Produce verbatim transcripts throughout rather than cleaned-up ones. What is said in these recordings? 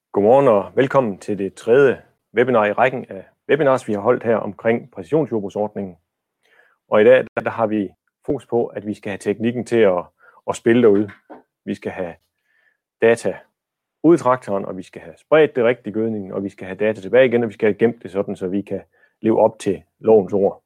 Godmorgen og velkommen til det tredje webinar i rækken af webinars, vi har holdt her omkring præcisionsjordbrugsordningen. Og i dag der, der har vi fokus på, at vi skal have teknikken til at, at spille derude. Vi skal have data ud i traktoren, og vi skal have spredt det rigtige gødning, og vi skal have data tilbage igen, og vi skal have gemt det sådan, så vi kan leve op til lovens ord.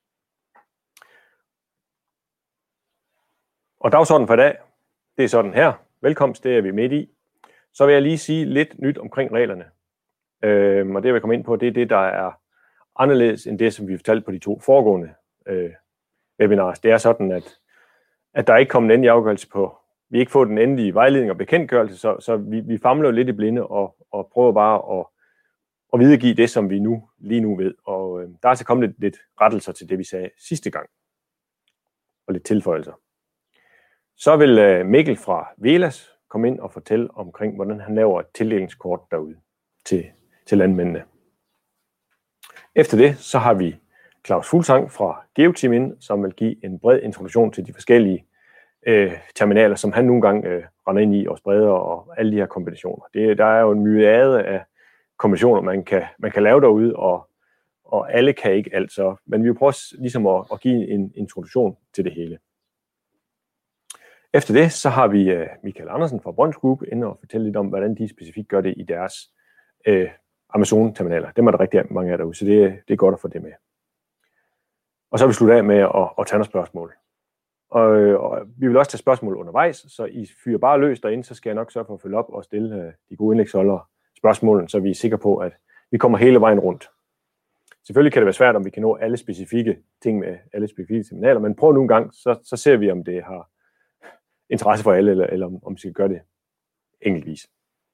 Og dagsordenen for i dag, det er sådan her. Velkomst, det er vi midt i. Så vil jeg lige sige lidt nyt omkring reglerne. Øhm, og det jeg vil komme ind på, det er det, der er anderledes end det, som vi fortalte på de to foregående øh, webinars. Det er sådan, at, at der ikke kommer en endelig afgørelse på. Vi har ikke fået den endelige vejledning og bekendtgørelse, så, så vi, vi famler lidt i blinde og, og prøver bare at, at videregive det, som vi nu lige nu ved. Og øh, der er altså kommet lidt, lidt rettelser til det, vi sagde sidste gang. Og lidt tilføjelser. Så vil øh, Mikkel fra Velas komme ind og fortælle omkring, hvordan han laver et tildelingskort derude til, til landmændene. Efter det, så har vi Claus Fuglsang fra Geoteam ind, som vil give en bred introduktion til de forskellige øh, terminaler, som han nogle gange øh, render ind i og spreder og alle de her kombinationer. Det, der er jo en myriade af kombinationer, man kan, man kan lave derude, og, og alle kan ikke alt så. Men vi vil prøve ligesom at, at give en introduktion til det hele. Efter det, så har vi uh, Michael Andersen fra Brøns Group inde og fortælle lidt om, hvordan de specifikt gør det i deres uh, Amazon-terminaler. Dem er der rigtig mange af derude, så det, det er godt at få det med. Og så vil vi slutte af med at, at tage nogle spørgsmål. Og, og vi vil også tage spørgsmål undervejs, så I fyrer bare løs derinde, så skal jeg nok sørge for at følge op og stille uh, de gode indlægsholdere spørgsmålene, så vi er sikre på, at vi kommer hele vejen rundt. Selvfølgelig kan det være svært, om vi kan nå alle specifikke ting med alle specifikke terminaler, men prøv nu en gang, så, så ser vi, om det har interesse for alle, eller, eller om vi skal gøre det enkeltvis.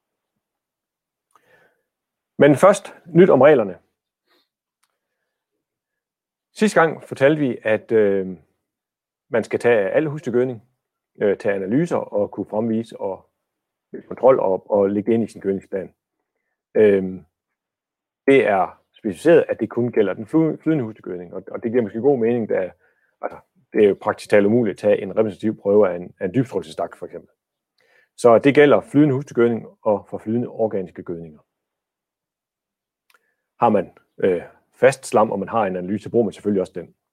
Men først, nyt om reglerne. Sidste gang fortalte vi, at øh, man skal tage al husdyrgødning, øh, tage analyser og kunne fremvise og kontrol og, og lægge det ind i sin gødningsplan. Øh, det er specificeret, at det kun gælder den flydende husdyrgødning, og, og det giver måske god mening, da altså, det er jo praktisk talt umuligt at tage en repræsentativ prøve af en, af en dybstrålelsesstak, for eksempel. Så det gælder flydende husdyrgødning og for flydende organiske gødninger. Har man øh, fast slam, og man har en analyse, så bruger man selvfølgelig også den.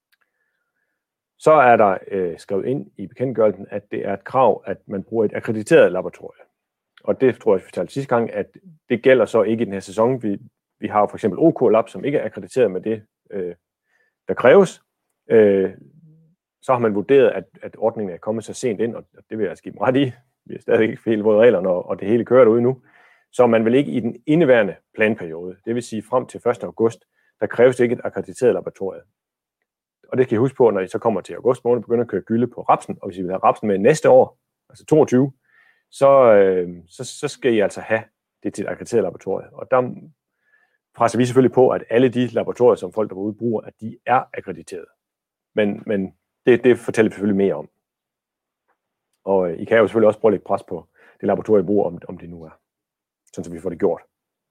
Så er der øh, skrevet ind i bekendtgørelsen, at det er et krav, at man bruger et akkrediteret laboratorium. Og det tror jeg, vi fortalte sidste gang, at det gælder så ikke i den her sæson. Vi, vi har for eksempel OK Lab, som ikke er akkrediteret med det, øh, der kræves. Øh, så har man vurderet, at, at ordningen er kommet så sent ind, og det vil jeg altså give dem ret i. Vi er stadig ikke helt våde reglerne, og, og det hele kører derude nu. Så man vil ikke i den indeværende planperiode, det vil sige frem til første august, der kræves ikke et akkrediteret laboratorium. Og det skal I huske på, når I så kommer til august måned, begynder at køre gylde på rapsen, og hvis I vil have rapsen med næste år, altså toogtyve, så, øh, så, så skal I altså have det til et akkrediteret laboratorium. Og der presser vi selvfølgelig på, at alle de laboratorier, som folk derude bruger, at de er akkrediteret. Men, men det, det fortæller vi selvfølgelig mere om. Og I kan jo selvfølgelig også prøve at lægge pres på det laboratorium, I bruger, om, om det nu er. Sådan, så vi får det gjort.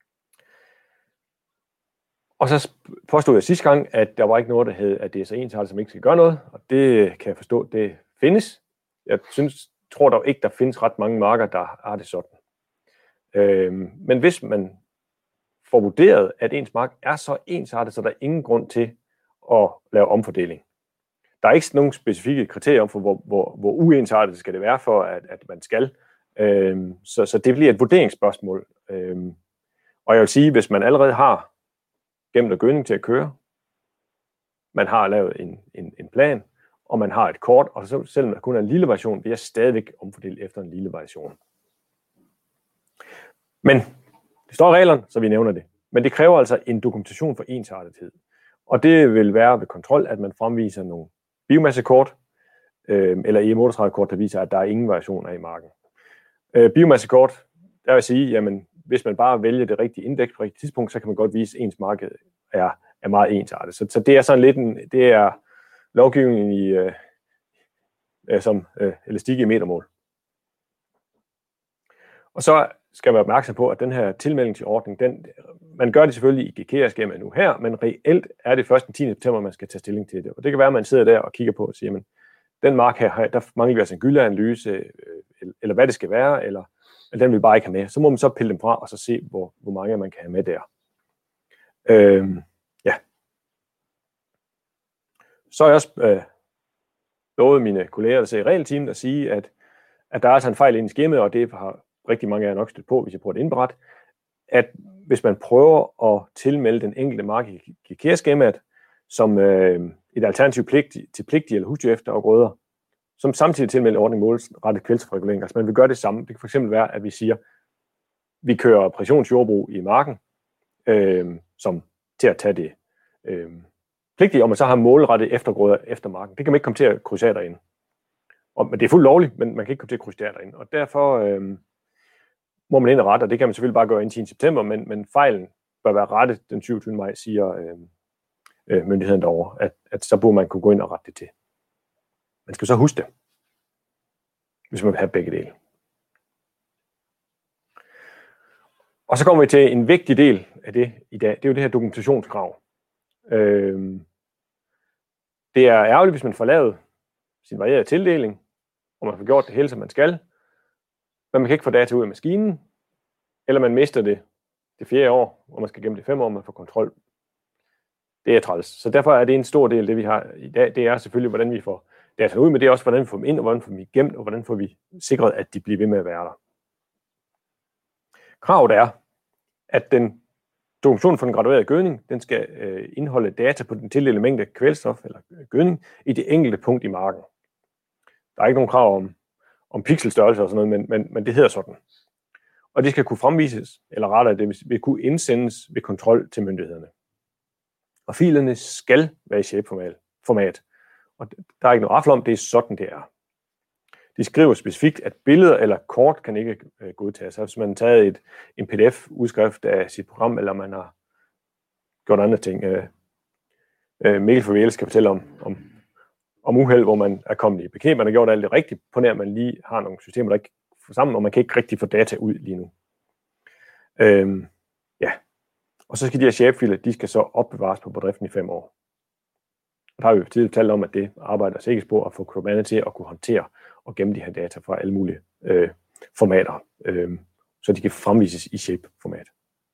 Og så påstod jeg sidste gang, at der var ikke noget, der hed, at det er så ensartet, som ikke skal gøre noget. Og det kan jeg forstå, det findes. Jeg synes, tror dog ikke, der findes ret mange marker, der har det sådan. Øhm, men hvis man får vurderet, at ens mark er så ensartet, så der er ingen grund til at lave omfordeling. Der er ikke nogen specifikke kriterier for, hvor, hvor, hvor uensartet skal det være for, at, at man skal. Øhm, så, så det bliver et vurderingsspørgsmål. Øhm, og jeg vil sige, hvis man allerede har gemt og gødning til at køre, man har lavet en, en, en plan, og man har et kort, og så, selvom der kun er en lille variation, vil jeg stadigvæk omfordele efter en lille variation. Men det står i reglerne, så vi nævner det. Men det kræver altså en dokumentation for ensartethed. Og det vil være ved kontrol, at man fremviser nogle biomassekort, øh, eller E M otteogtredive-kort, der viser, at der er ingen variationer i marken. Øh, biomassekort, der vil sige, jamen, hvis man bare vælger det rigtige indeks på rigtigt tidspunkt, så kan man godt vise, at ens marked er, er meget ensartet. Så, så det er sådan lidt en, det er lovgivningen i, øh, øh, som øh, elastik i metermål. Og så skal man være opmærksom på, at den her tilmelding til ordningen, den, man gør det selvfølgelig i G K R-skemaet nu her, men reelt er det først den tiende september, man skal tage stilling til det. Og det kan være, at man sidder der og kigger på og siger, men den mark her, der mangler vi altså en gyldeanalyse, eller hvad det skal være, eller eller den vil vi bare ikke have med. Så må man så pille dem fra, og så se, hvor, hvor mange man kan have med der. Øhm, ja. Så er jeg også øh, lovet mine kolleger, der sidder i regelteamet, at sige, at, at der er altså en fejl inde i skemaet, og det har rigtig mange af jer nok stødt på, hvis jeg prøver at indberette, at hvis man prøver at tilmelde den enkelte mark i G K R-skemaet som øh, et alternativ pligt, til pligtige eller husdyrefterafgrøder, som samtidig tilmelder ordning målrettet kvælstofregulering. Altså man vil gøre det samme. Det kan fx være, at vi siger, vi kører præcisionsjordbrug i marken, øh, som til at tage det øh, pligtige, og man så har målrettet eftergrøder efter marken. Det kan man ikke komme til at krydse af derinde. Og, men det er fuldt lovligt, men man kan ikke komme til at krydse af derinde. Og derfor øh, må man ind og rette, og det kan man selvfølgelig bare gøre indtil september, men, men fejlen bør være rettet den syvogtyvende maj, siger øh, øh, myndigheden derovre, at, at så burde man kunne gå ind og rette det til. Man skal så huske det, hvis man vil have begge dele. Og så kommer vi til en vigtig del af det i dag. Det er jo det her dokumentationskrav. Øh, det er ærgerligt, hvis man får lavet sin varierede tildeling, og man får gjort det hele, som man skal, men man kan ikke få data ud af maskinen, eller man mister det det fjerde år, og man skal gemme det fem år, man får kontrol. Det er træls. Så derfor er det en stor del af det, vi har i dag. Det er selvfølgelig, hvordan vi får data ud, men det er også, hvordan vi får dem ind, og hvordan får vi dem gemt, og hvordan får vi sikret, at de bliver ved med at være der. Kravet er, at den dokumentation for den graduerede gødning, den skal øh, indeholde data på den tildelte mængde kvælstof eller gødning i det enkelte punkt i marken. Der er ikke nogen krav om, om pixelstørrelse og sådan noget, men, men, men det hedder sådan. Og det skal kunne fremvises, eller rettere det vil kunne indsendes ved kontrol til myndighederne. Og filerne skal være i shape-format. Og der er ikke noget rafle om, det er sådan, det er. De skriver specifikt, at billeder eller kort kan ikke øh, godtages. Så hvis man har taget et, en P D F-udskrift af sit program, eller man har gjort andre ting. Øh, øh, Mikkel Forvel skal fortælle om, om, om uheld, hvor man er kommet i bekneb. Man har gjort alt det rigtigt, på nær man lige har nogle systemer, der ikke får sammen, og man kan ikke rigtig få data ud lige nu. Øh, ja. Og så skal de her shape-filer, de skal så opbevares på bedriften i fem år. Og der har vi jo tidligere talt om, at det arbejder sikkert på at få Kubernetes til at kunne håndtere og gemme de her data fra alle mulige øh, formater, øh, så de kan fremvises i shape-format.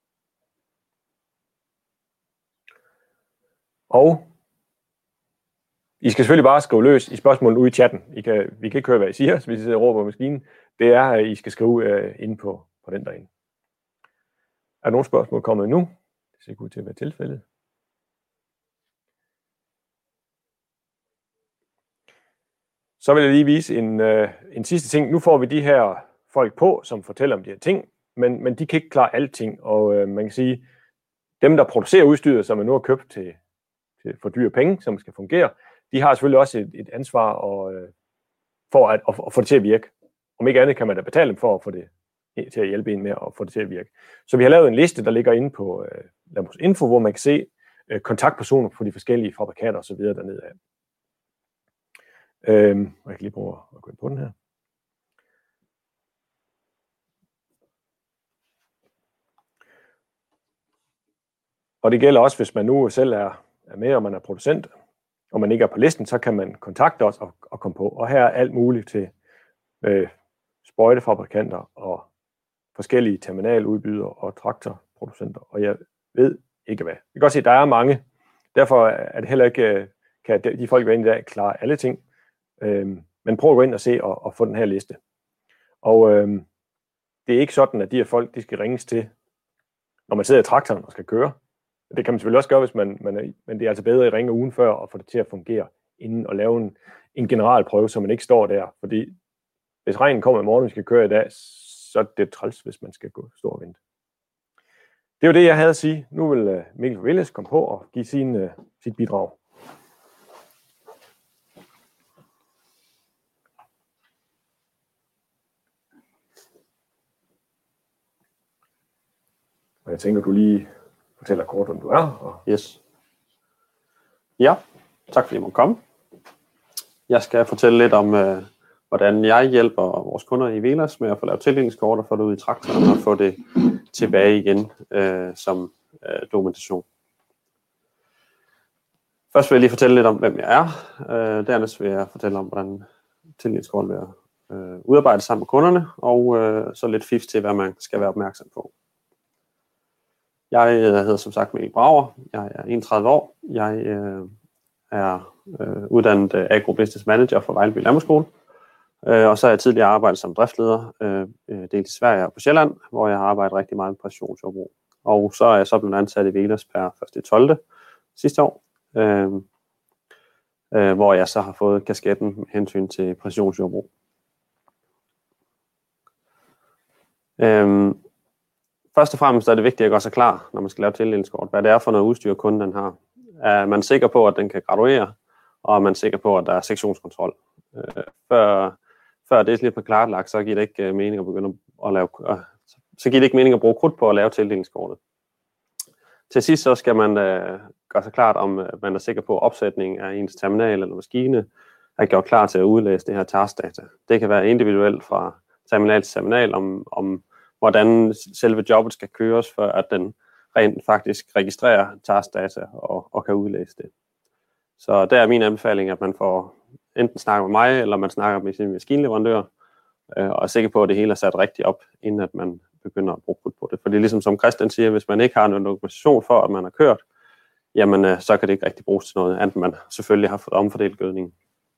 Og I skal selvfølgelig bare skrive løs i spørgsmålene ude i chatten. I kan, vi kan ikke høre, hvad I siger, hvis I sidder og råber på maskinen. Det er, at I skal skrive øh, inde på, på den derinde. Er der nogle spørgsmål kommet nu? Det ser ikke ud til at være tilfældet. Så vil jeg lige vise en, øh, en sidste ting. Nu får vi de her folk på, som fortæller om de her ting, men, men de kan ikke klare alting. Og øh, man kan sige, dem, der producerer udstyret, som man nu har købt til, til for dyre penge, som skal fungere, de har selvfølgelig også et, et ansvar og, øh, for at, at, at få det til at virke. Om ikke andet kan man da betale dem for at få det til at hjælpe en med at få det til at virke. Så vi har lavet en liste, der ligger inde på øh, Landbrugs Info, hvor man kan se øh, kontaktpersoner på de forskellige fabrikater osv. dernede af. Øhm, jeg kan lige prøve at gå ind på den her. Og det gælder også, hvis man nu selv er, er med, og man er producent, og man ikke er på listen, så kan man kontakte os og, og komme på. Og her er alt muligt til øh, sprøjtefabrikanter og forskellige terminaludbydere og traktorproducenter, og jeg ved ikke hvad. Vi kan godt se, at der er mange. Derfor er det heller ikke, kan de folk, der er inde i dag, klare alle ting. Øhm, men prøv at gå ind og se og, og få den her liste. Og øhm, det er ikke sådan, at de her folk, de skal ringes til, når man sidder i traktoren og skal køre. Det kan man selvfølgelig også gøre, hvis man, man er, men det er altså bedre at ringe ugen før og få det til at fungere inden og lave en, en generalprøve, så man ikke står der. Fordi hvis regnen kommer i morgen, vi skal køre i dag, så er det træls, hvis man skal gå stå og vente. Det var det, jeg havde at sige. Nu vil uh, Mikkel Forvilles komme på og give sin, uh, sit bidrag. Og jeg tænker, du lige fortæller kort, om du er. Og... Yes. Ja, tak fordi I måtte komme. Jeg skal fortælle lidt om, øh, hvordan jeg hjælper vores kunder i Velas med at få lavet tildelingskort og få det ud i traktoren og få det tilbage igen øh, som øh, dokumentation. Først vil jeg lige fortælle lidt om, hvem jeg er. Øh, dernæst vil jeg fortælle om, hvordan tildelingskortet bliver øh, udarbejdet sammen med kunderne, og øh, så lidt fif til, hvad man skal være opmærksom på. Jeg øh, hedder som sagt Mikkel Brager, jeg er enogtredive år, jeg øh, er øh, uddannet øh, Agro-Business Manager for Vejleby Landbrugsskole, øh, og så har jeg tidligere arbejdet som driftsleder, øh, dels i Sverige og på Sjælland, hvor jeg har arbejdet rigtig meget med præcisionsjordbrug. Og så er jeg så blevet ansat i Velas per første tolvte sidste år, øh, øh, hvor jeg så har fået kasketten med hensyn til præcisionsjordbrug. Øh, Først og fremmest er det vigtigt at gøre sig klar, når man skal lave tildelingskort, hvad det er for noget udstyr, kunden har. Er man sikker på, at den kan graduere, og er man sikker på, at der er sektionskontrol. Øh, før, før det er lidt på klartlagt, så giver det ikke mening at begynde at lave, øh, så giver det ikke mening at bruge krudt på at lave tildelingskortet. Til sidst så skal man øh, gøre sig klart, om øh, man er sikker på, at opsætningen af ens terminal eller maskine er gjort klar til at udlæse det her taskdata. Det kan være individuelt fra terminal til terminal, om, om hvordan selve jobbet skal køres, for at den rent faktisk registrerer taskdata og, og kan udlæse det. Så der er min anbefaling, at man får enten snakker med mig, eller man snakker med sin maskinleverandør, øh, og er sikker på, at det hele er sat rigtigt op, inden at man begynder at bruge krudt på det. For det er ligesom som Christian siger, hvis man ikke har nogen dokumentation for, at man har kørt, jamen øh, så kan det ikke rigtig bruges til noget, andet man selvfølgelig har fået omfordelt gødningen.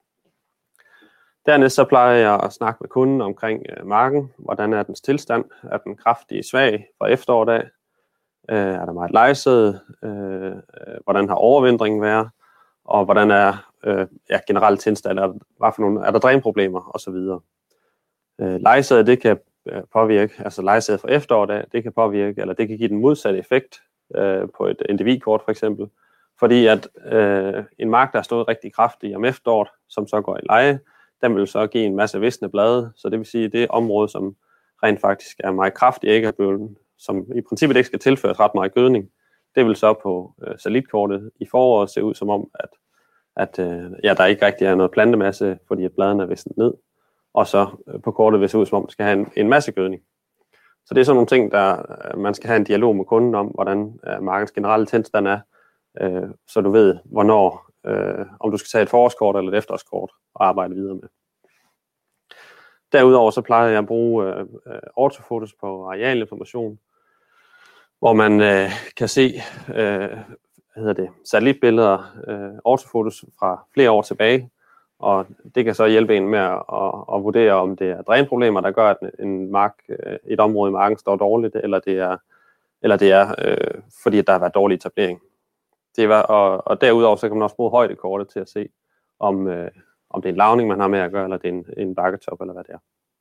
Dernæst så plejer jeg at snakke med kunden omkring øh, marken. Hvordan er dens tilstand? Er den kraftig svag fra efteråret af? Øh, er der meget lejesæde? Øh, hvordan har overvintringen været? Og hvordan er øh, ja, generelt tilstand? Er der, for nogle, er der drænproblemer? Og så videre. Øh, lejesæde, det kan påvirke, altså lejesæde fra efteråret af, det kan påvirke, eller det kan give den modsatte effekt øh, på et individkort for eksempel. Fordi at øh, en mark, der er stået rigtig kraftig om efteråret, som så går i leje, den vil så give en masse visne blade, så det vil sige, at det område, som rent faktisk er meget kraftigt, ikke er blevet, som i princippet ikke skal tilføres ret meget gødning, det vil så på øh, satellitkortet i foråret se ud som om, at, at øh, ja, der ikke rigtig er noget plantemasse, fordi at bladene er visnet ned, og så øh, på kortet vil se ud som om, man skal have en, en masse gødning. Så det er sådan nogle ting, der øh, man skal have en dialog med kunden om, hvordan øh, markens generelle tilstand er, øh, så du ved, hvornår, øh, om du skal tage et forårskort eller et efterårskort og arbejde videre med. Derudover så plejer jeg at bruge øh, ortofotos på arealinformation, hvor man øh, kan se øh, hvad hedder det, satellitbilleder, øh, ortofotos fra flere år tilbage, og det kan så hjælpe en med at, at, at vurdere, om det er drænproblemer, der gør, at en mark, et område i marken står dårligt, eller det er, eller det er øh, fordi der har været dårlig etablering. Det var, og, og derudover så kan man også bruge højdekortet til at se, om, øh, om det er en lavning, man har med at gøre, eller det er en, en bakketop, eller hvad det er.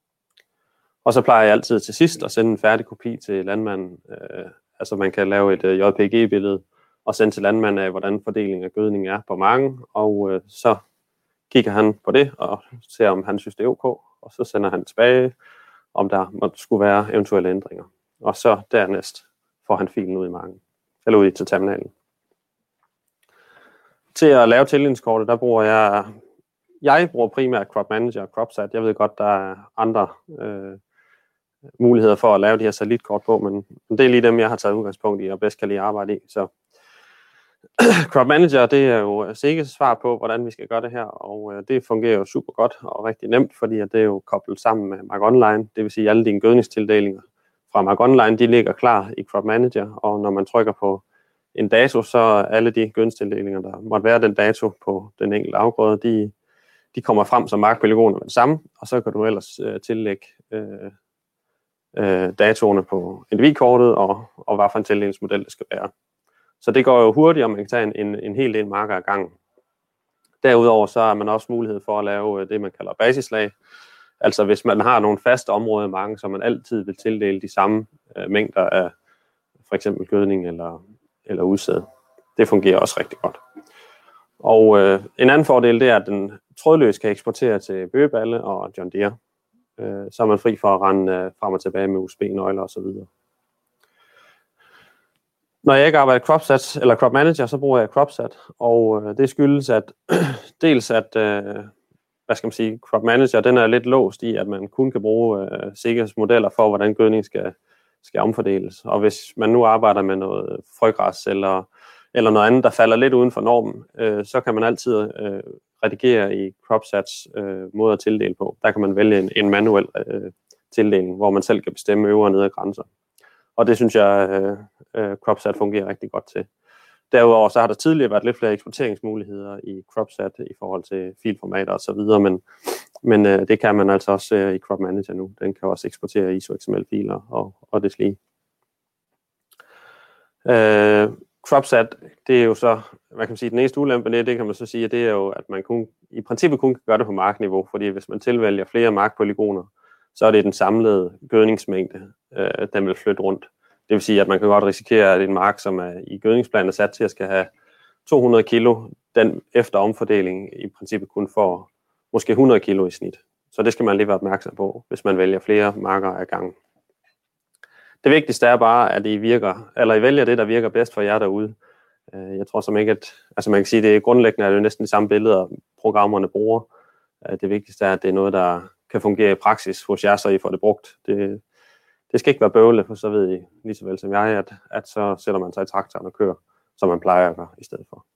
Og så plejer jeg altid til sidst at sende en færdig kopi til landmanden. Øh, altså man kan lave et øh, J P G-billede og sende til landmanden af, hvordan fordelingen af gødning er på marken, og øh, så kigger han på det og ser, om han synes, det er ok, og så sender han tilbage, om der måtte skulle være eventuelle ændringer. Og så dernæst får han filen ud i marken, eller ud til terminalen. Til at lave tildelingskortet, der bruger jeg, jeg bruger primært Crop Manager og CropSat. Jeg ved godt, der er andre øh, muligheder for at lave de her satellitkort på, men det er lige dem, jeg har taget udgangspunkt i og bedst kan lide at arbejde i. Så Crop Manager, det er jo sikkert svar på, hvordan vi skal gøre det her, og øh, det fungerer jo super godt og rigtig nemt, fordi at det er jo koblet sammen med Mark Online. Det vil sige, at alle dine gødningstildelinger fra Mark Online, de ligger klar i Crop Manager, og når man trykker på en dato, så alle de gødningstildelinger, der måtte være den dato på den enkelte afgrøde, de, de kommer frem som markpolygoner med det samme, og så kan du ellers øh, tillægge øh, øh, datoerne på individkortet, og, og hvad for en tildelingsmodel det skal være. Så det går jo hurtigt, og man kan tage en, en, en hel del marker ad gangen. Derudover så har man også mulighed for at lave det, man kalder basislag. Altså hvis man har nogle faste områder i marken, så man altid vil tildele de samme øh, mængder af for eksempel gødning eller, eller udsæd. Det fungerer også rigtig godt. Og øh, en anden fordel, det er, at den trådløst kan eksportere til bøgeballe og John Deere. Øh, så er man fri for at rende øh, frem og tilbage med U S B-nøgler osv. Når jeg ikke arbejder CropSat eller Crop Manager, så bruger jeg CropSat, og øh, det skyldes, at dels at, øh, hvad skal man sige, Crop Manager, den er lidt låst i, at man kun kan bruge øh, sikkerhedsmodeller for, hvordan gødning skal, skal omfordeles. Og hvis man nu arbejder med noget frøgræs eller, eller noget andet, der falder lidt uden for normen, øh, så kan man altid øh, redigere i CropSats øh, måde at tildele på. Der kan man vælge en, en manuel øh, tildeling, hvor man selv kan bestemme øvre og nedre grænser. Og det synes jeg, øh, øh, CropSat fungerer rigtig godt til. Derudover så har der tidligere været lidt flere eksporteringsmuligheder i CropSat i forhold til filformater og så videre, men, men øh, det kan man altså også øh, i Crop Manager nu. Den kan også eksportere I S O X M L-filer og, og det slige. Øh, CropSat, det er jo så, hvad kan man sige, den eneste ulempe det, det kan man så sige, at det er jo, at man kun, i princippet kun kan gøre det på markniveau, fordi hvis man tilvælger flere markpolygoner, så er det den samlede gødningsmængde, øh, den vil flytte rundt. Det vil sige, at man kan godt risikere, at en mark, som er i gødningsplanen er sat til at skal have to hundrede kilo, den efter omfordeling i princippet kun får måske hundrede kilo i snit. Så det skal man lige være opmærksom på, hvis man vælger flere marker ad gangen. Det vigtigste er bare, at I virker, eller I vælger det, der virker bedst for jer derude. Jeg tror som ikke, at altså man kan sige, at det er grundlæggende, at det er næsten de samme billeder, programmerne bruger. Det vigtigste er, at det er noget, der kan fungere i praksis hos jer, så I får det brugt. Det, det skal ikke være bøvle, for så ved I lige så vel som jeg, at, at så sætter man sig i traktoren og kører, som man plejer at gøre i stedet for.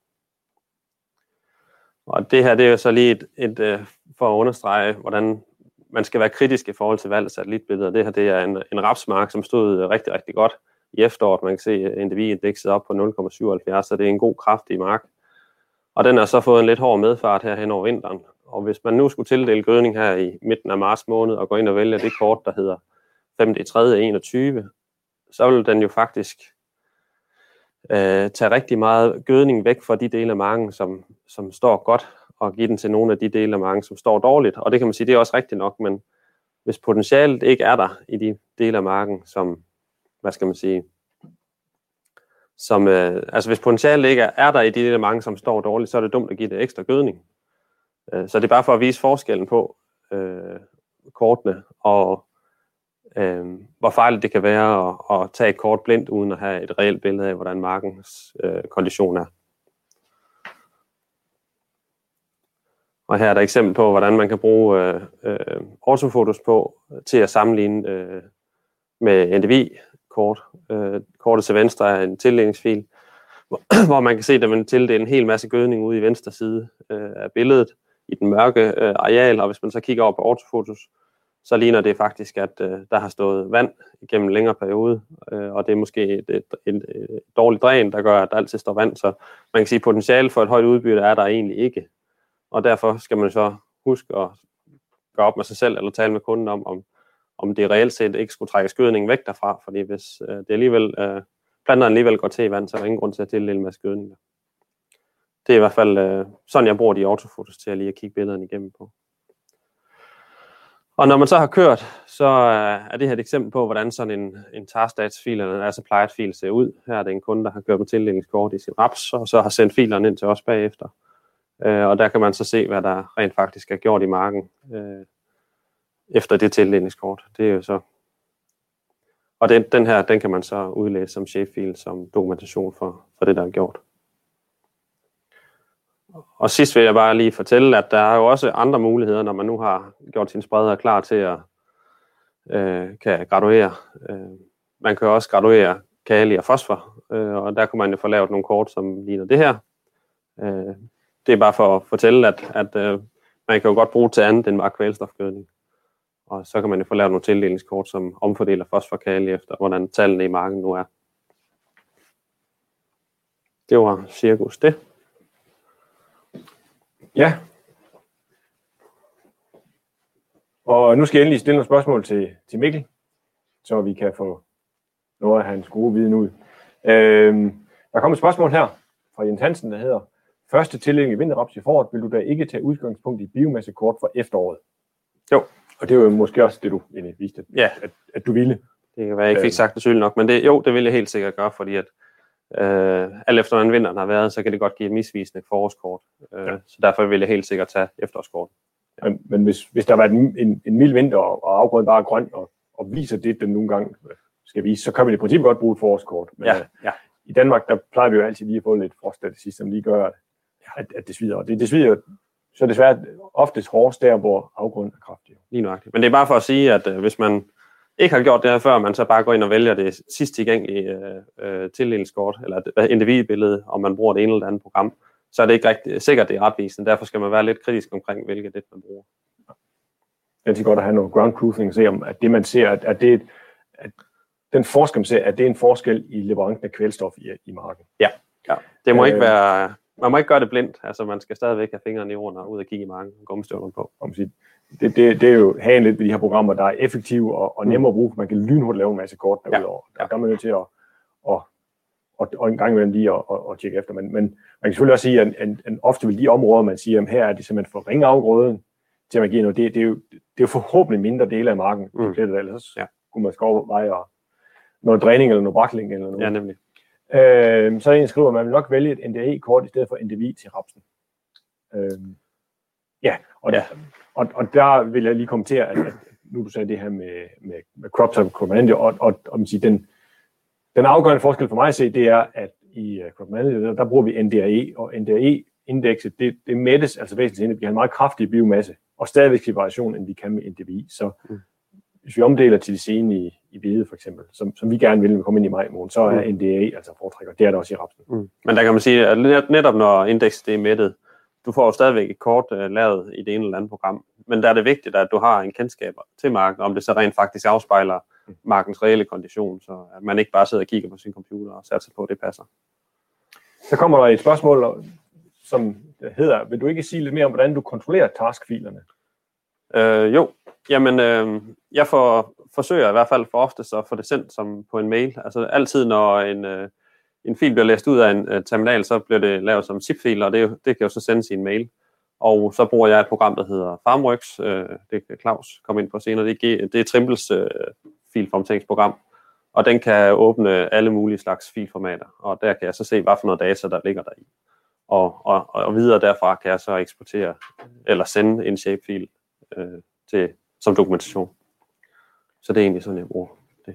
Og det her, det er jo så lige et, et, et for at understrege, hvordan man skal være kritisk i forhold til valg af satellitbilleder. Det her, det er en, en rapsmark, som stod rigtig, rigtig godt i efteråret. Man kan se N D V-indekset op på nul komma syvoghalvfjerds, så det er en god kraftig mark. Og den har så fået en lidt hård medfart her hen over vinteren. Og hvis man nu skulle tildele gødning her i midten af marts måned og gå ind og vælge det kort, der hedder femte tredje enogtyve, så vil den jo faktisk øh, tage rigtig meget gødning væk fra de dele af marken, som, som står godt, og give den til nogle af de dele af marken, som står dårligt. Og det kan man sige, det er også rigtigt nok, men hvis potentialet ikke er der i de dele af marken, som, hvad skal man sige, som, øh, altså hvis potentialet ikke er der i de dele af marken, som står dårligt, så er det dumt at give det ekstra gødning. Øh, så det er bare for at vise forskellen på øh, kortene, og øh, hvor farligt det kan være at, at tage et kort blindt, uden at have et reelt billede af, hvordan markens øh, kondition er. Og her er der et eksempel på, hvordan man kan bruge øh, øh, ortofotos på til at sammenligne øh, med N D V-kort. Øh, kortet til venstre er en tildelingsfil, hvor, hvor man kan se, at man tildeler en hel masse gødning ude i venstre side øh, af billedet i den mørke øh, areal, og hvis man så kigger over på ortofotos, så ligner det faktisk, at øh, der har stået vand igennem en længere periode, øh, og det er måske et, et, et, et dårligt dræn, der gør, at der altid står vand, så man kan sige, at potentiale for et højt udbytte er der egentlig ikke. Og derfor skal man så huske at gøre op med sig selv, eller tale med kunden om, om, om det reelt set ikke skulle trække gødning væk derfra, fordi hvis øh, det alligevel, øh, planterne alligevel går til i vand, så er der ingen grund til at tildele en masse gødning. Det er i hvert fald øh, sådan, jeg bruger de autofotos til at lige at kigge billederne igennem på. Og når man så har kørt, så er det her et eksempel på, hvordan sådan en, en tarstats-fil eller en as-applied-fil ser ud. Her er det en kunde, der har kørt med tildelingskort i sin raps, og så har sendt filerne ind til os bagefter. Øh, og der kan man så se, hvad der rent faktisk er gjort i marken øh, efter det tildelingskort. Det er jo så... Og den, den her, den kan man så udlæse som shapefil, som dokumentation for, for det, der er gjort. Og sidst vil jeg bare lige fortælle, at der er jo også andre muligheder, når man nu har gjort sin spreder klar til at øh, kan graduere. Øh, man kan også graduere kali og fosfor, øh, og der kan man jo få lavet nogle kort, som ligner det her. Øh, det er bare for at fortælle, at, at øh, man kan jo godt bruge til andet end bare kvælstofgødning. Og så kan man jo få lavet nogle tildelingskort, som omfordeler fosfor og kali efter, hvordan tallene i marken nu er. Det var cirkus det. Ja. Og nu skal jeg endelig stille nogle spørgsmål til, til Mikkel, så vi kan få noget af hans gode viden ud. Øhm, der kommer et spørgsmål her fra Jens Hansen, der hedder: første tildeling i vinterraps i foråret, vil du da ikke tage udgangspunkt i biomassekort for efteråret? Jo, og det er jo måske også det, du egentlig viste, ja. at, at du ville. Det kan være, jeg ikke fik sagt det tydeligt nok, men det, jo, det vil jeg helt sikkert gøre, fordi at Øh, alt efter hvordan vinteren har været, så kan det godt give misvisende forårskort. Øh, ja. Så derfor vil jeg helt sikkert tage efterårskort. Ja. Men, men hvis, hvis der var en, en, en mild vinter, og, og afgrøden bare er grøn, og, og viser det, den nogle gange skal vise, så kan man i princippet godt bruge et forårskort. Men ja. Ja. i Danmark, der plejer vi jo altid lige at få lidt froststatistik, som lige gør, at, at det svider. Og det, det svider så desværre oftest hårdest der, hvor afgrøden er kraftig. Lige nøjagtigt. Men det er bare for at sige, at øh, hvis man ikke har gjort det her før, man så bare går ind og vælger det sidst tilgængelige øh, tildelingskort, eller et individbillede, om man bruger det ene eller andet program, så er det ikke rigtig sikkert, det er retvisende. Derfor skal man være lidt kritisk omkring, hvilket det man bruger. Det er godt at have noget ground truthing og se, om at det man ser, at, at, det, at den forskel man ser, at det er en forskel i leverancen af kvælstof i, i marken. Ja, ja. Det må øh, ikke være, man må ikke gøre det blindt. Altså man skal stadigvæk have fingrene i jorden og ud og kigge i marken og gummistøvlerne på. Det, det, det er jo hagen lidt ved de her programmer, der er effektive og, og nemme at bruge. Man kan lynhurtigt lave en masse kort derudover. Ja, ja. Der er man nødt til at, at, at, at en gang imellem lige at, at, at tjekke efter. Men, men man kan selvfølgelig også sige, at en, en, ofte vil de områder, man siger, at her er de simpelthen for ringe afgrøden til at man giver noget. Det, det, er jo, det er jo forhåbentlig mindre dele af marken, mm. ellers ja. kunne man skal overveje noget dræning eller noget brakling eller noget. Ja, nemlig. Øh, så er en skriver, at man vil nok vælge et N D A kort i stedet for N D V I til rapsen. Øh, ja, og, ja. Og, og der vil jeg lige kommentere, at, at nu du sagde det her med, med, med crops og crop manager, og, og, og man siger, den, den afgørende forskel for mig at se, det er, at i uh, crop manager, der bruger vi N D R E, og N D R E-indekset, det, det mættes altså væsentligt, at vi har en meget kraftig biomasse, og stadigvæk til variation, end vi kan med N D V I. Så mm. hvis vi omdeler til det sene i, i hvede for eksempel, som, som vi gerne vil, når vi kommer ind i maj måned, så er mm. N D R E altså foretrækker. Det er der også i rapsen. Mm. Men der kan man sige, at netop når indekset er mættet, du får jo stadigvæk et kort uh, lavet i det ene eller andet program, men der er det vigtigt, at du har en kendskab til marken, om det så rent faktisk afspejler mm. markens reelle kondition, så at man ikke bare sidder og kigger på sin computer og satser på, at det passer. Så kommer der et spørgsmål, som hedder, vil du ikke sige lidt mere om, hvordan du kontrollerer taskfilerne? Øh, jo, jamen øh, jeg får, forsøger i hvert fald for ofte så at få det sendt som på en mail. Altså altid når en, øh, en fil bliver læst ud af en øh, terminal, så bliver det lavet som zip-fil, og det, det kan jo så sendes i en mail. Og så bruger jeg et program, der hedder FarmWorks, øh, det kan Claus komme ind på senere, det er, det er Trimples øh, filformateringsprogram, og den kan åbne alle mulige slags filformater, og der kan jeg så se, hvad for noget data, der ligger der i. Og, og, og videre derfra kan jeg så eksportere eller sende en shapefil øh, til, som dokumentation. Så det er egentlig sådan, jeg bruger det.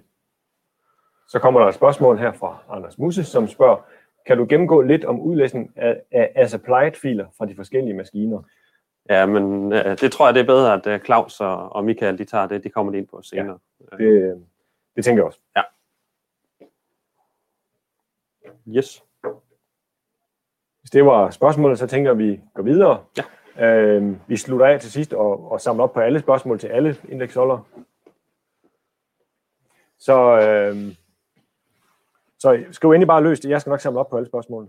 Så kommer der et spørgsmål her fra Anders Musse, som spørger, kan du gennemgå lidt om udlæsning af, af as-applied-filer fra de forskellige maskiner? Ja, men øh, det tror jeg, det er bedre, at uh, Claus og, og Michael, de tager det, de kommer ind på senere. Ja, det, det tænker jeg også. Ja. Yes. Hvis det var spørgsmålet, så tænker vi går videre. Ja. Øh, vi slutter af til sidst og, og samler op på alle spørgsmål til alle indeksholder. Så, øh, så skriv endelig bare løs det. Jeg skal nok samle op på alle spørgsmålene.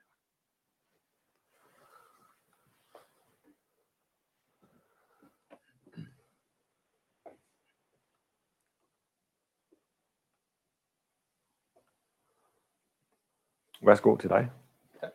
Værsgo til dig. Tak.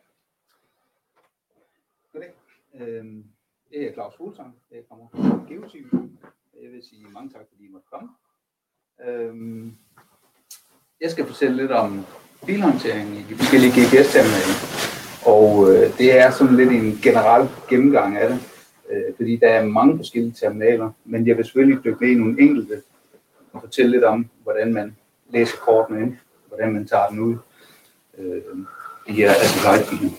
Goddag. Øhm, det er Claus Fuglsang. Jeg kommer fra Geoteam. Jeg vil sige mange tak, fordi I måtte komme. Øhm, jeg skal fortælle lidt om filhåndtering i de forskellige G P S-terminaler. Og øh, det er sådan lidt en generel gennemgang af det. Øh, fordi der er mange forskellige terminaler. Men jeg vil selvfølgelig dykke ned i nogle enkelte og fortælle lidt om, hvordan man læser kortene ind. Hvordan man tager den ud. Øh, de her as-applied-filer.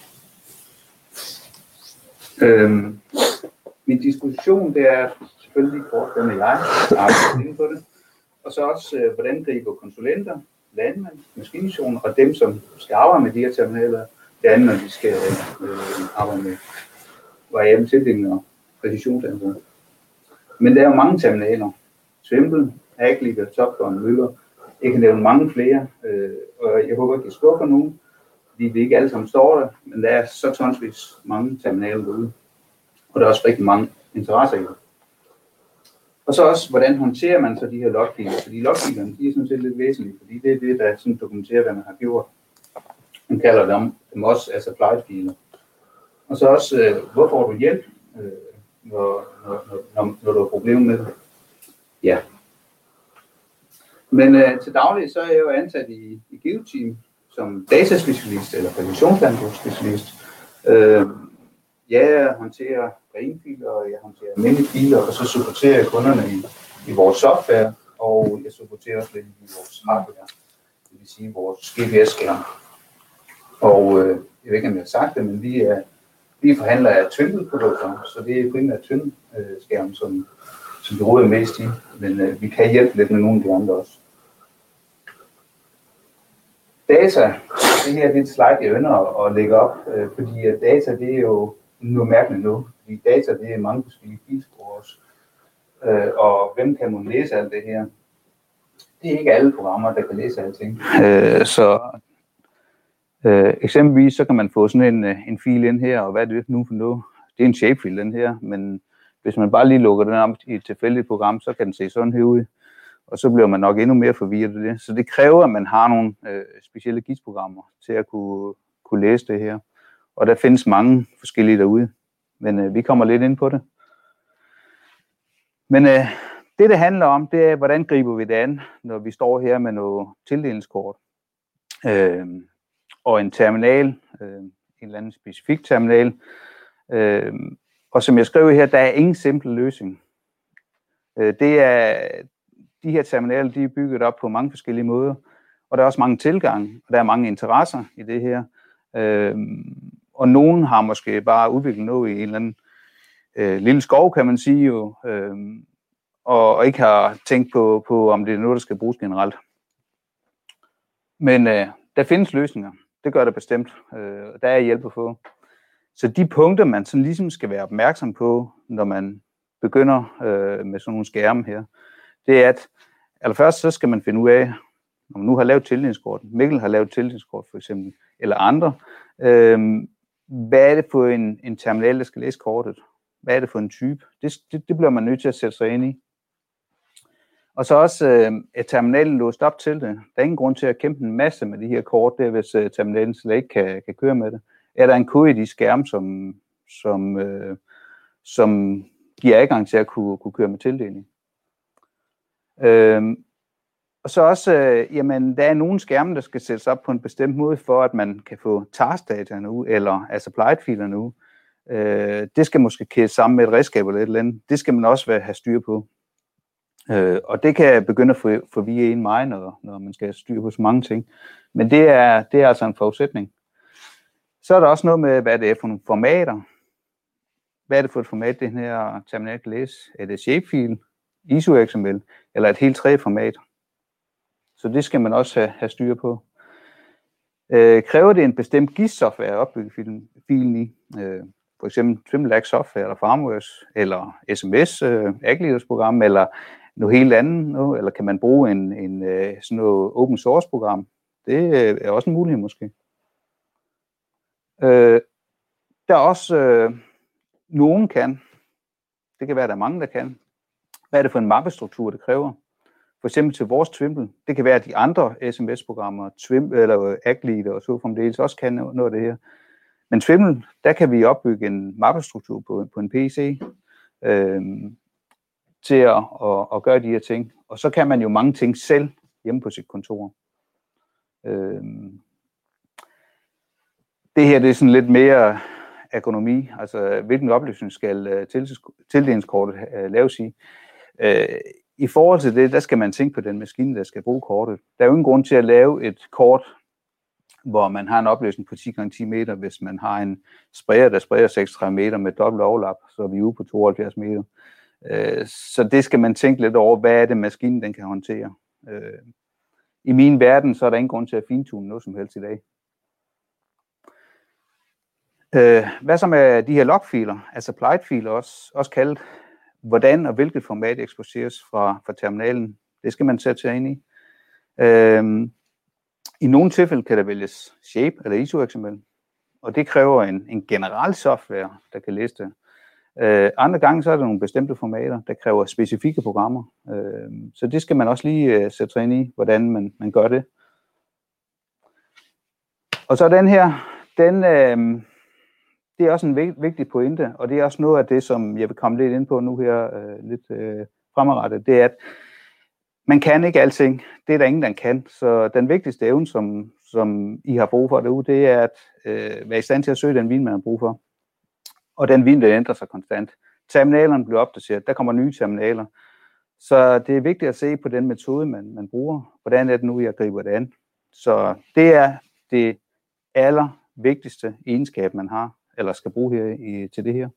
Øhm, min diskussion, det er selvfølgelig kort, hvem er jeg, arbejder inde på det, og så også, øh, hvordan griber konsulenter, landmænd, maskinstationer og dem, som skal arbejde med de her terminaler, det andet, når de skal øh, arbejde med variabel tildeling og præcisionsændringer. Men der er jo mange terminaler. Svimple, Agleader, Topgun, Møller. Jeg kan nævne mange flere, øh, og jeg håber ikke, jeg skuffer nogen, fordi vi ikke alle sammen står der, men der er så tonsvis mange terminaler derude, og der er også rigtig mange interesser i det. Og så også, hvordan håndterer man så de her logfiler, fordi logfilerne, de er sådan set lidt væsentlige, fordi det er det, der sådan dokumenterer, hvad man har gjort. Man kalder dem, dem også as-applied-filer. Og så også, øh, hvor får du hjælp, øh, når, når, når, når du har problemer med det? Ja. Men øh, til daglig, så er jeg jo ansat i, i Geoteam som dataspecialist eller præcisionslandbrugsspecialist. Øh, jeg håndterer renfiler, og jeg håndterer almindelige filer, og så supporterer jeg kunderne i, i vores software, og jeg supporterer også lidt i vores hardware, det vil sige vores G P S-skærm. Og øh, jeg ved ikke, om jeg har sagt det, men vi er, vi er forhandlere af Trimble-produkter, så det er primært Trimble-skærm, som, som vi råder mest i, men øh, vi kan hjælpe lidt med nogle af de andre også. Data det her det er et slide, jeg ønsker at, at lægge op, øh, fordi at data, det er jo noget mærkeligt nu. Fordi data, det er mange forskellige bilscores, øh, og hvem kan man læse alt det her? Det er ikke alle programmer, der kan læse alting. Øh, så øh, eksempelvis, så kan man få sådan en, en fil ind her, og hvad er det nu for noget? Det er en shapefil, den her, men hvis man bare lige lukker den op i et tilfældigt program, så kan den se sådan her ud. Og så bliver man nok endnu mere forvirret af det. Så det kræver, at man har nogle øh, specielle G I S-programmer til at kunne, kunne læse det her. Og der findes mange forskellige derude. Men øh, vi kommer lidt ind på det. Men øh, det, det handler om, det er, hvordan griber vi det an, når vi står her med noget tildelingskort. Øh, og en terminal, øh, en eller anden specifik terminal. Øh, og som jeg skriver her, der er ingen simple løsning. Øh, det er... De her terminaler, de er bygget op på mange forskellige måder, og der er også mange tilgange, og der er mange interesser i det her. Øhm, og nogen har måske bare udviklet noget i en eller anden øh, lille skov, kan man sige jo, øhm, og, og ikke har tænkt på, på, om det er noget, der skal bruges generelt. Men øh, der findes løsninger. Det gør der bestemt. Øh, der er hjælp at få. Så de punkter, man sådan ligesom skal være opmærksom på, når man begynder øh, med sådan nogle skærme her, det er, at allerførst så skal man finde ud af, når man nu har lavet tildelingskort, Mikkel har lavet tildelingskort for eksempel, eller andre, øh, hvad er det for en, en terminal, der skal læse kortet? Hvad er det for en type? Det, det, det bliver man nødt til at sætte sig ind i. Og så også, øh, er terminalen låst op til det. Der er ingen grund til at kæmpe en masse med de her kort, der hvis øh, terminalen slet ikke kan, kan køre med det. Er der en kode i de skærme, som, som, øh, som giver adgang til at kunne, kunne køre med tildeling? Øhm, og så også, øh, jamen, der er nogle skærme, der skal sættes op på en bestemt måde, for at man kan få taskdataerne ud, eller altså applied-filerne ud. Øh, det skal måske kædes sammen med et redskab eller et eller andet. Det skal man også være, have styr på. Øh, og det kan begynde at for, forvirre en meget, når, når man skal have styr på så mange ting. Men det er, det er altså en forudsætning. Så er der også noget med, hvad det er for nogle formater. Hvad er det for et format, det her terminal kan læse? Er det shapefil, I S O X M L eller et helt tredje format? Så det skal man også have, have styr på. Øh, kræver det en bestemt G I S-software at opbygge filen, filen i? Øh, for eksempel Trimble Software eller Farmworks eller S M S, øh, Agilitors-program eller noget helt andet, noget, eller kan man bruge en, en sådan noget open source program? Det er også en mulighed måske. Øh, der er også øh, nogen kan, det kan være, der er mange, der kan. Hvad er det for en mappestruktur, det kræver? For eksempel til vores Trimble. Det kan være, at de andre S M S-programmer, Trimble eller Agiliter og så fremdeles også kan noget af det her. Men Trimble, der kan vi opbygge en mappestruktur på, på en P C øh, til at, at, at gøre de her ting. Og så kan man jo mange ting selv hjemme på sit kontor. Øh, det her det er sådan lidt mere ergonomi, altså hvilken opløsning skal tildelingskortet laves i. Øh, I forhold til det, der skal man tænke på den maskine, der skal bruge kortet. Der er jo ingen grund til at lave et kort, hvor man har en opløsning på ti gange ti meter, hvis man har en sprayer, der sprayer seksogtredive meter med dobbelt overlap, så er vi ude på tooghalvfjerds meter. Øh, så det skal man tænke lidt over, hvad er det maskinen, den kan håndtere. Øh, I min verden, så er der ingen grund til at fintune noget som helst i dag. Øh, hvad så med de her logfiler, altså applied-filer også, også kaldet, hvordan og hvilket format eksponeres fra, fra terminalen, det skal man sætte sig ind i. Øh, I nogle tilfælde kan der vælges Shape eller I S O X M L, og det kræver en, en generel software, der kan læse det. Øh, andre gange så er der nogle bestemte formater, der kræver specifikke programmer, øh, så det skal man også lige uh, sætte sig ind i, hvordan man, man gør det. Og så den her, den, øh, det er også en vigtig pointe, og det er også noget af det, som jeg vil komme lidt ind på nu her, øh, lidt øh, fremadrettet, det er, at man kan ikke alting. Det er der ingen, der kan. Så den vigtigste evne, som, som I har brug for derude, det er at øh, være i stand til at søge den vin, man har brug for. Og den vin, der ændrer sig konstant. Terminalerne bliver opdateret. Der kommer nye terminaler. Så det er vigtigt at se på den metode, man, man bruger. Hvordan er det nu, jeg griber det an? Så det er det allervigtigste egenskab, man har, eller skal bruge her i, til det her.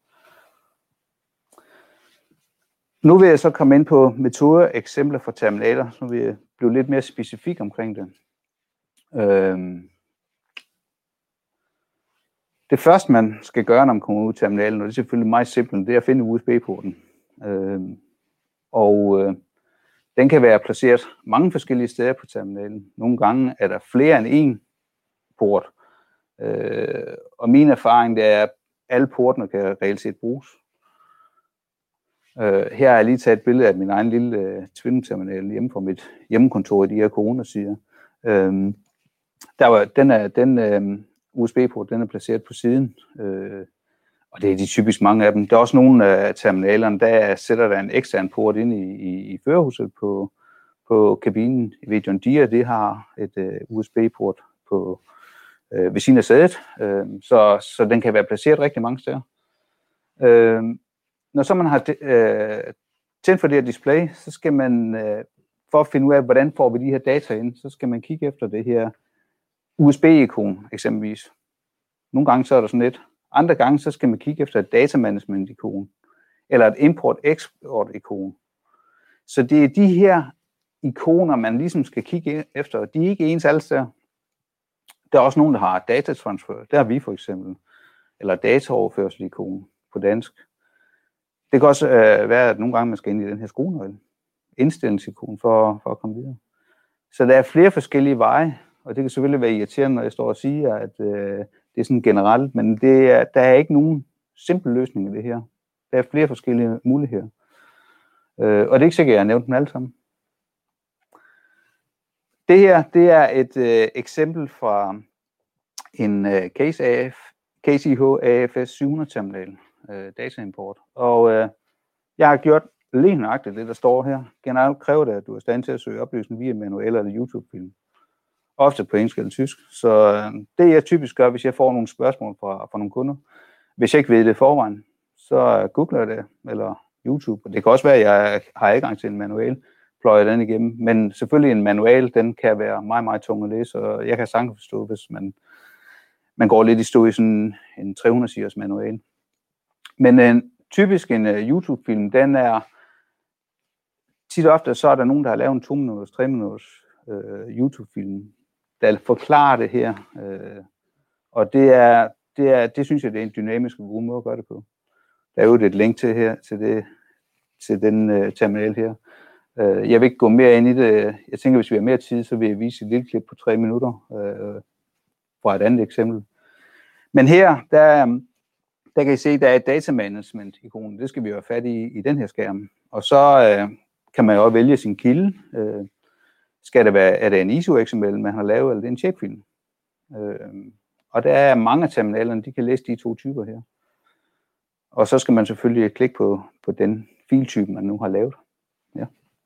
Nu vil jeg så komme ind på metoder, eksempler for terminaler, så vil jeg blive lidt mere specifik omkring det. Øhm, Det første, man skal gøre, når man kommer ud til terminalen, og det er selvfølgelig meget simpelt, det er at finde U S B-porten. Øh, og øh, den kan være placeret mange forskellige steder på terminalen. Nogle gange er der flere end én port. Øh, og min erfaring det er, at alle portene kan reelt set bruges. Øh, her har jeg lige taget et billede af min egen lille øh, Twin-terminal hjemme fra mit hjemmekontor i de her coronasider. Øh, der var, den er, den øh, U S B-port, den er placeret på siden, øh, og det er de typisk mange af dem. Der er også nogle af terminalerne, der sætter der en ekstern port ind i, i, i førerhuset på, på kabinen. Jeg ved, John Deere, det har et øh, U S B-port på øh, ved siden af sædet, øh, så, så den kan være placeret rigtig mange steder. Øh, når så man har øh, tændt for det her display, så skal man, øh, for at finde ud af, hvordan får vi de her data ind, så skal man kigge efter det her U S B-ikon eksempelvis. Nogle gange så er der sådan et. Andre gange så skal man kigge efter et datamanagement-ikon, eller et import-export-ikon. Så det er de her ikoner, man ligesom skal kigge efter. De er ikke ens alle steder. Der er også nogen, der har datatransfer. Der har vi for eksempel. Eller dataoverførsel-ikon på dansk. Det kan også øh, være, at nogle gange man skal ind i den her skruenøgle. Indstillingsikon for, for at komme videre. Så der er flere forskellige veje, og det kan selvfølgelig være irriterende, når jeg står og siger, at øh, det er sådan generelt, men det er, der er ikke nogen simpel løsning i det her. Der er flere forskellige muligheder. Øh, og det er ikke sikkert, at jeg har nævnt dem alle sammen. Det her, det er et øh, eksempel fra en øh, Case A F, K C H A F S syv hundrede terminal, øh, dataimport. Og øh, jeg har gjort lige nøjagtigt det, der står her. Generelt kræver det, at du er i stand til at søge oplysning via manuel eller YouTube-film. Ofte på engelsk eller tysk. Så øh, det jeg typisk gør, hvis jeg får nogle spørgsmål fra, fra nogle kunder, hvis jeg ikke ved det forvejen, så googler jeg det, eller YouTube. Og det kan også være, at jeg har adgang til en manual, pløjer den igennem. Men selvfølgelig en manual, den kan være meget, meget tung at læse, og jeg kan sagtens forstå, hvis man, man går lidt i stå i sådan en tre hundrede siders manual. Men en, typisk en uh, YouTube-film, den er tit og ofte, så er der nogen, der har lavet en to minutters, tre minutters uh, YouTube-film, der forklarer det her. Uh, og det er, det er, det synes jeg, det er en dynamisk og god måde at gøre det på. Der er jo et link til her, til, det, til den uh, terminal her. Uh, jeg vil ikke gå mere ind i det. Jeg tænker, hvis vi har mere tid, så vil jeg vise et lille klip på tre minutter uh, fra et andet eksempel. Men her, der, der kan I se, der er et datamanagement-ikon. Det skal vi jo have fat i i den her skærm. Og så uh, kan man jo også vælge sin kilde. Uh, skal det være, er det en I S O-X M L, man har lavet, eller det er en checkfilm? Uh, og der er mange af terminalerne, de kan læse de to typer her. Og så skal man selvfølgelig klikke på, på den filtype, man nu har lavet. Ja.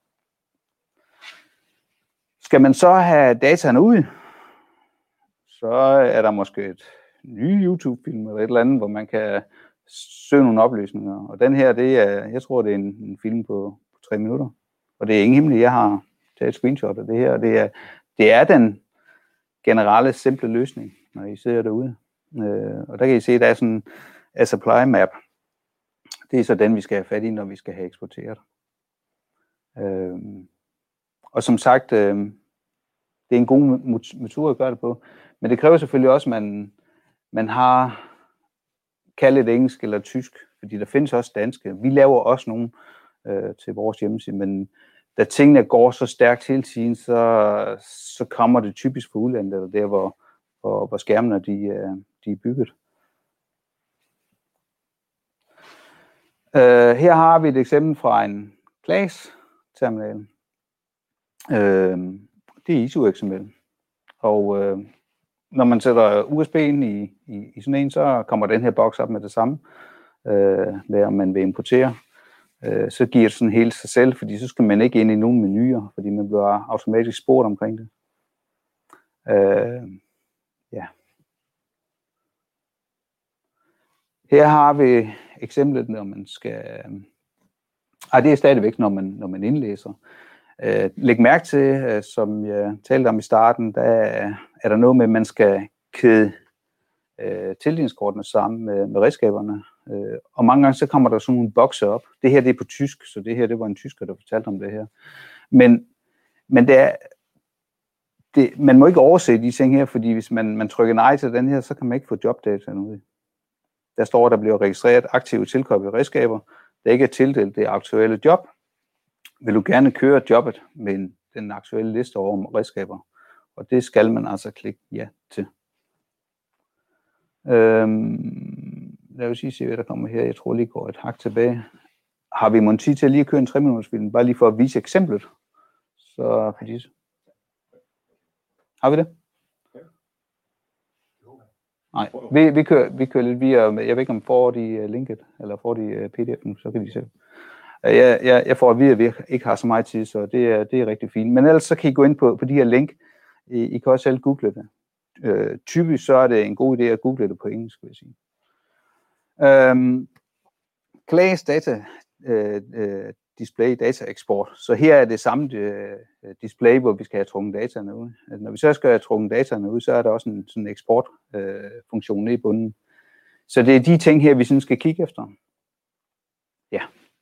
Skal man så have dataen ud, så er der måske et ny YouTube-film eller et eller andet, hvor man kan søge nogle oplysninger. Og den her, det er, jeg tror, det er en, en film på, på tre minutter. Og det er ingen hemmeligt, jeg har taget et screenshot af det her. Det er, det er den generelle, simple løsning, når I ser derude. Øh, og der kan I se, at der er sådan en supply map. Det er så den, vi skal have fat i, når vi skal have eksporteret. Øh, og som sagt, øh, det er en god metode at gøre det på. Men det kræver selvfølgelig også, at man, man har kaldet engelsk eller tysk, fordi der findes også danske. Vi laver også nogle øh, til vores hjemmeside, men da tingene går så stærkt hele tiden, så, så kommer det typisk fra udlandet, eller der, hvor, hvor, hvor skærmene de, de er bygget. Uh, her har vi et eksempel fra en Claes-terminal. Uh, det er I S O X M L. Og uh, når man sætter U S B ind i, i, i sådan en, så kommer den her boks op med det samme, uh, med om man vil importere. Uh, så giver det sådan helt sig selv, fordi så skal man ikke ind i nogen menuer, fordi man bliver automatisk spurgt omkring det. Uh, ja. Her har vi eksemplet, når man skal... Ej, det er stadigvæk, når man, når man indlæser. Uh, læg mærke til, uh, som jeg talte om i starten, der er der noget med, at man skal kæde uh, tildelingskortene sammen med, med redskaberne. Uh, og mange gange så kommer der sådan nogle bokse op. Det her det er på tysk, så det her det var en tysker, der fortalte om det her. Men, men det er, det, man må ikke overse de ting her, fordi hvis man, man trykker nej til den her, så kan man ikke få jobdata ud. Der står, at der bliver registreret aktive tilkoblede redskaber, der ikke er tildelt det aktuelle job. Vil du gerne køre jobbet med den aktuelle liste over redskaber? Og det skal man altså klikke ja til. Øhm, lad os lige se, hvad der kommer her. Jeg tror lige går et hak tilbage. Har vi mon tid til at lige køre en tre minutters film? Bare lige for at vise eksemplet. Så fordi... Har vi det? Nej, vi, vi, kører, vi kører lidt via, jeg ved ikke om får de linket, eller får de P D F'en, så kan de se. Jeg, jeg, jeg får at vide, at vi ikke har så meget tid, så det er, det er rigtig fint. Men ellers så kan I gå ind på, på de her link. I, I kan også selv google det. Øh, typisk så er det en god idé at google det på engelsk, vil jeg sige. Øhm, Class Data øh, øh, Display Data Export. Så her er det samme øh, display, hvor vi skal have trukket dataene ud. Altså, når vi så skal have trukket dataene ud, så er der også en sådan eksport øh, funktion nede i bunden. Så det er de ting her, vi sådan skal kigge efter. Ja.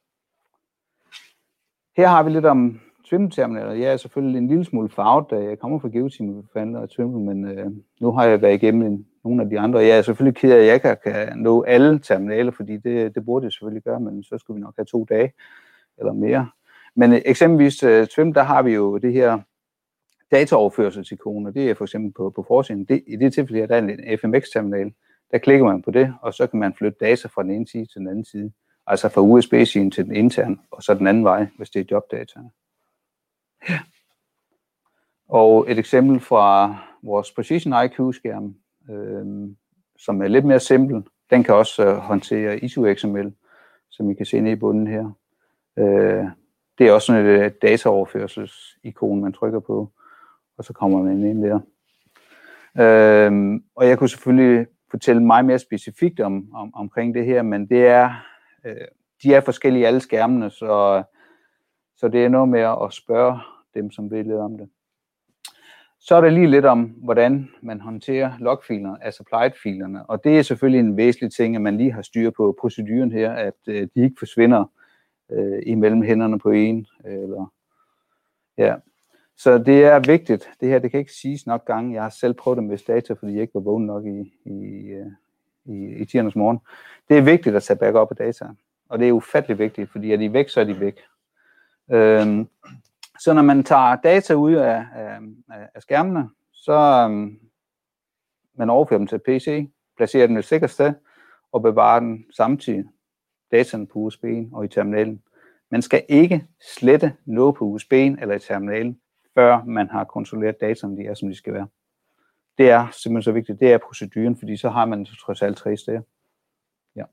Her har vi lidt om Trimble-terminaler. Jeg er selvfølgelig en lille smule farvet, da jeg kommer fra Geoteam og Trimble, men øh, nu har jeg været igennem en, nogle af de andre. Jeg er selvfølgelig ked af, at jeg ikke kan nå alle terminaler, fordi det, det burde jeg selvfølgelig gøre, men så skulle vi nok have to dage eller mere. Men øh, eksempelvis uh, Trimble, der har vi jo det her dataoverførselsikon, og det er for eksempel på, på forsiden. Det, I det tilfælde her, der er en F M X-terminal. Der klikker man på det, og så kan man flytte data fra den ene side til den anden side. Altså fra U S B-siden til den interne, og så den anden vej, hvis det er jobdata. Ja. Og et eksempel fra vores Precision I Q-skærm, øh, som er lidt mere simpel, den kan også øh, håndtere I S O X M L, som I kan se nede i bunden her. Øh, det er også sådan et dataoverførselsikon, man trykker på, og så kommer man ind der. Øh, og jeg kunne selvfølgelig fortælle meget mere specifikt om, om, omkring det her, men det er, øh, de er forskellige alle skærmene, så, så det er noget med at spørge dem, som ved lidt om det. Så er der lige lidt om, hvordan man håndterer logfilerne, altså applied-filerne, og det er selvfølgelig en væsentlig ting, at man lige har styr på proceduren her, at øh, de ikke forsvinder øh, imellem hænderne på en. Eller, ja. Så det er vigtigt. Det her, det kan ikke siges nok gange. Jeg har selv prøvet det med data, fordi jeg ikke var vågen nok i, i, i, i tidernes morgen. Det er vigtigt at tage backup af data, og det er ufattelig vigtigt, fordi er de væk, så er de væk. Øhm, Så når man tager data ud af, af, af skærmene, så um, man overfører dem til P C, placerer dem et sikkert sted og bevarer den samtidig dataen på U S B'en og i terminalen. Man skal ikke slette noget på U S B'en eller i terminalen, før man har kontrolleret dataen, de er, som de skal være. Det er simpelthen så vigtigt. Det er proceduren, fordi så har man trods alt tre steder. Ja.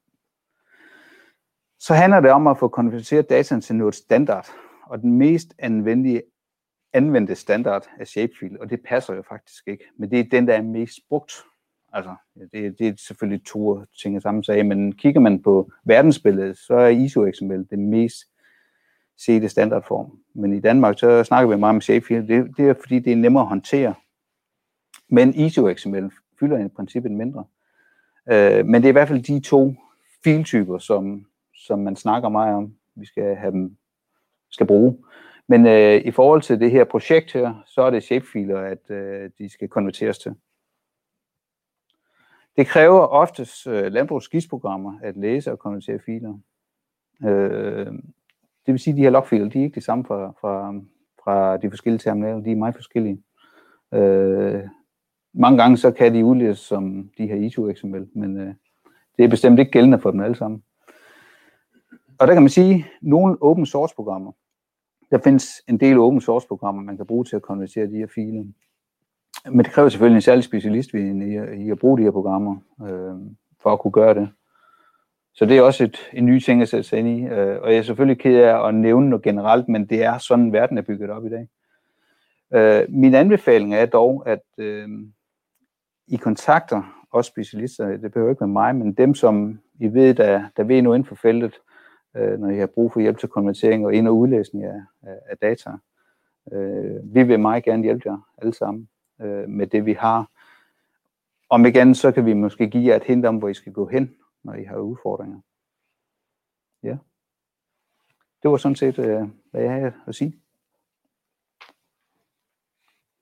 Så handler det om at få konverteret dataen til noget standard. Og den mest anvendelige, anvendte standard er shapefile, og det passer jo faktisk ikke. Men det er den, der er mest brugt. Altså, det, det er selvfølgelig to ting af samme sag, men kigger man på verdensbilledet, så er I S O X M L det mest sete standardform. Men i Danmark, så snakker vi meget om shapefile. Det, det er fordi, det er nemmere at håndtere. Men I S O X M L fylder i princippet mindre. Øh, men det er i hvert fald de to filtyper, som, som man snakker meget om. Vi skal have dem skal bruge. Men øh, i forhold til det her projekt her, så er det shapefiler, at øh, de skal konverteres til. Det kræver oftest øh, landbrugsskitsprogrammer at læse og konvertere filer. Øh, det vil sige, at de her logfiler, de er ikke de samme fra, fra, fra de forskellige terminaler, de er meget forskellige. Øh, mange gange så kan de udlæses som de her I S O X M L, men øh, det er bestemt ikke gældende for dem alle sammen. Og der kan man sige, at nogle open source programmer, der findes en del open source programmer, man kan bruge til at konvertere de her filer. Men det kræver selvfølgelig en særlig specialistviden i, i at bruge de her programmer, øh, for at kunne gøre det. Så det er også et, en ny ting at sætte sig ind i. Øh, og jeg er selvfølgelig ked af at nævne noget generelt, men det er sådan, verden er bygget op i dag. Øh, min anbefaling er dog, at øh, I kontakter også specialister, det behøver ikke være mig, men dem, som I ved, der, der ved noget inden for feltet, når I har brug for hjælp til konvertering og ind- og udlæsning af, af, af data. Øh, vi vil meget gerne hjælpe jer alle sammen øh, med det, vi har. Om igen, så kan vi måske give jer et hint om, hvor I skal gå hen, når I har udfordringer. Ja. Det var sådan set, øh, hvad jeg havde at sige.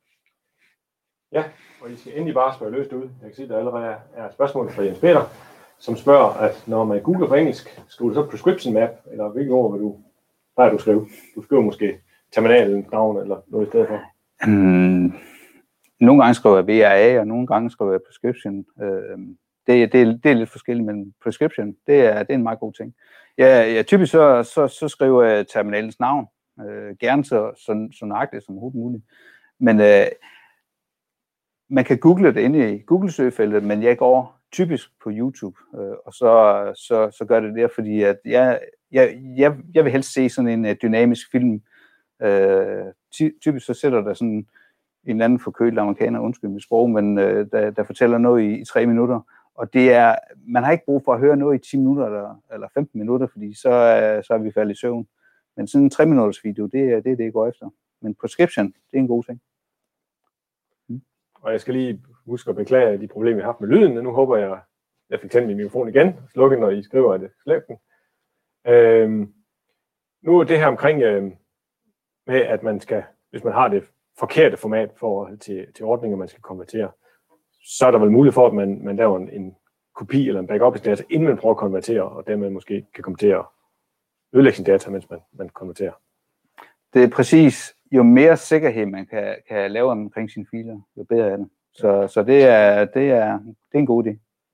Ja, og I skal endelig bare spørge løst ud. Jeg kan se, at der allerede er spørgsmål fra Jens Peter. som spørger, at når man googler på engelsk, skriver du så prescription map, eller hvilke ord vil du, plejer du skrive? Du skriver måske terminalens navn, eller noget i stedet for? Um, nogle gange skriver jeg V R A, og nogle gange skriver jeg prescription. Uh, det, det, det er lidt forskelligt, men prescription, det er, det er en meget god ting. Ja, ja, typisk så, så, så skriver jeg terminalens navn, uh, gerne så, så, så nøjagtigt som overhovedet muligt. Men uh, man kan google det inde i Google-søgefeltet, men jeg går typisk på YouTube, øh, og så, så, så gør det der, fordi at jeg, jeg, jeg, jeg vil helst se sådan en uh, dynamisk film. Øh, ty, typisk så sætter der sådan en eller anden forkølet amerikaner, undskyld mit sprog, men øh, der, der fortæller noget i, i tre minutter, og det er, man har ikke brug for at høre noget i ti minutter eller, eller femten minutter, fordi så, øh, så er vi faldet i søvn. Men sådan en tre minutters video, det er det, er det, jeg går efter. Men prescription, det er en god ting. Og jeg skal lige huske at beklage de problemer, jeg har haft med lyden. Nu håber jeg, jeg fik tændt min mikrofon igen. Slukke, når I skriver, at det slap den. Øhm, nu er det her omkring, øh, med at man skal, hvis man har det forkerte format for, til, til ordninger, man skal konvertere, så er der vel mulighed for, at man, man laver en, en kopi eller en backup data, inden man prøver at konvertere, og dermed måske kan komme til at ødelægge sin data, mens man, man konverterer. Det er præcis, jo mere sikkerhed man kan, kan lave omkring sine filer, jo bedre er det. Så, så det, er, det, er, det er en god idé.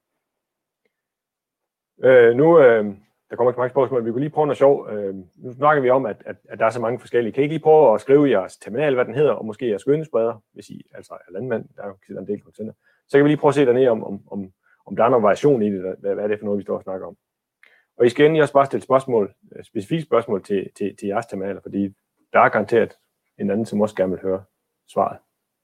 Øh, nu, øh, der kommer ikke mange spørgsmål, vi kunne lige prøve noget sjov. Øh, nu snakker vi om, at, at, at der er så mange forskellige. Kan I ikke lige prøve at skrive i jeres terminal, hvad den hedder, og måske jeres skønnespreder, hvis I altså er landmand, der er jo en del kontinenter. Så kan vi lige prøve at se dernede, om, om, om, om der er noget variation i det, hvad, hvad er det for noget, vi står og snakker om. Og I skal endelig også bare stille spørgsmål, specifikke spørgsmål til, til, til jeres terminaler, fordi der er garanteret en anden, som også gerne vil høre svaret.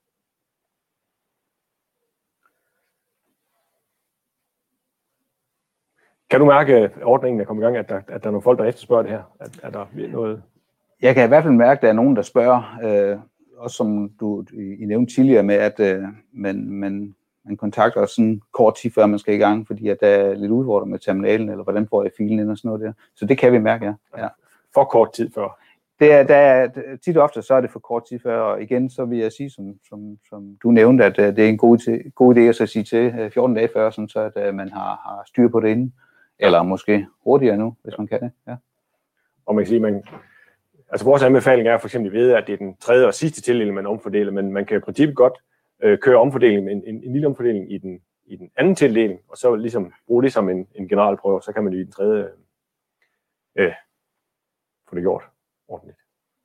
Kan du mærke, at ordningen er kommet i gang, at der, at der er nogle folk, der efterspørger det her? At, at der er noget... Jeg kan i hvert fald mærke, at der er nogen, der spørger, øh, også som du I nævnte tidligere med, at øh, man, man, man kontakter os sådan kort tid før man skal i gang, fordi at der er lidt udfordringer med terminalen, eller hvordan får jeg filen ind og sådan noget der. Så det kan vi mærke, ja. ja. For kort tid før? Det er, der er, tit og ofte så er det for kort tid før, og igen så vil jeg sige, som, som, som du nævnte, at det er en god, til, god idé at så sige til fjorten dage før, sådan så at man har, har styr på det inden, eller måske hurtigere nu, hvis man kan det. Ja. Og man kan sige, man, altså vores anbefaling er for eksempel ved, at det er den tredje og sidste tildeling, man omfordeler, men man kan i princippet godt øh, køre omfordeling med en, en, en lille omfordeling i den, i den anden tildeling, og så ligesom bruge det som en, en generalprøve, så kan man jo i den tredje øh, få det gjort ordentligt.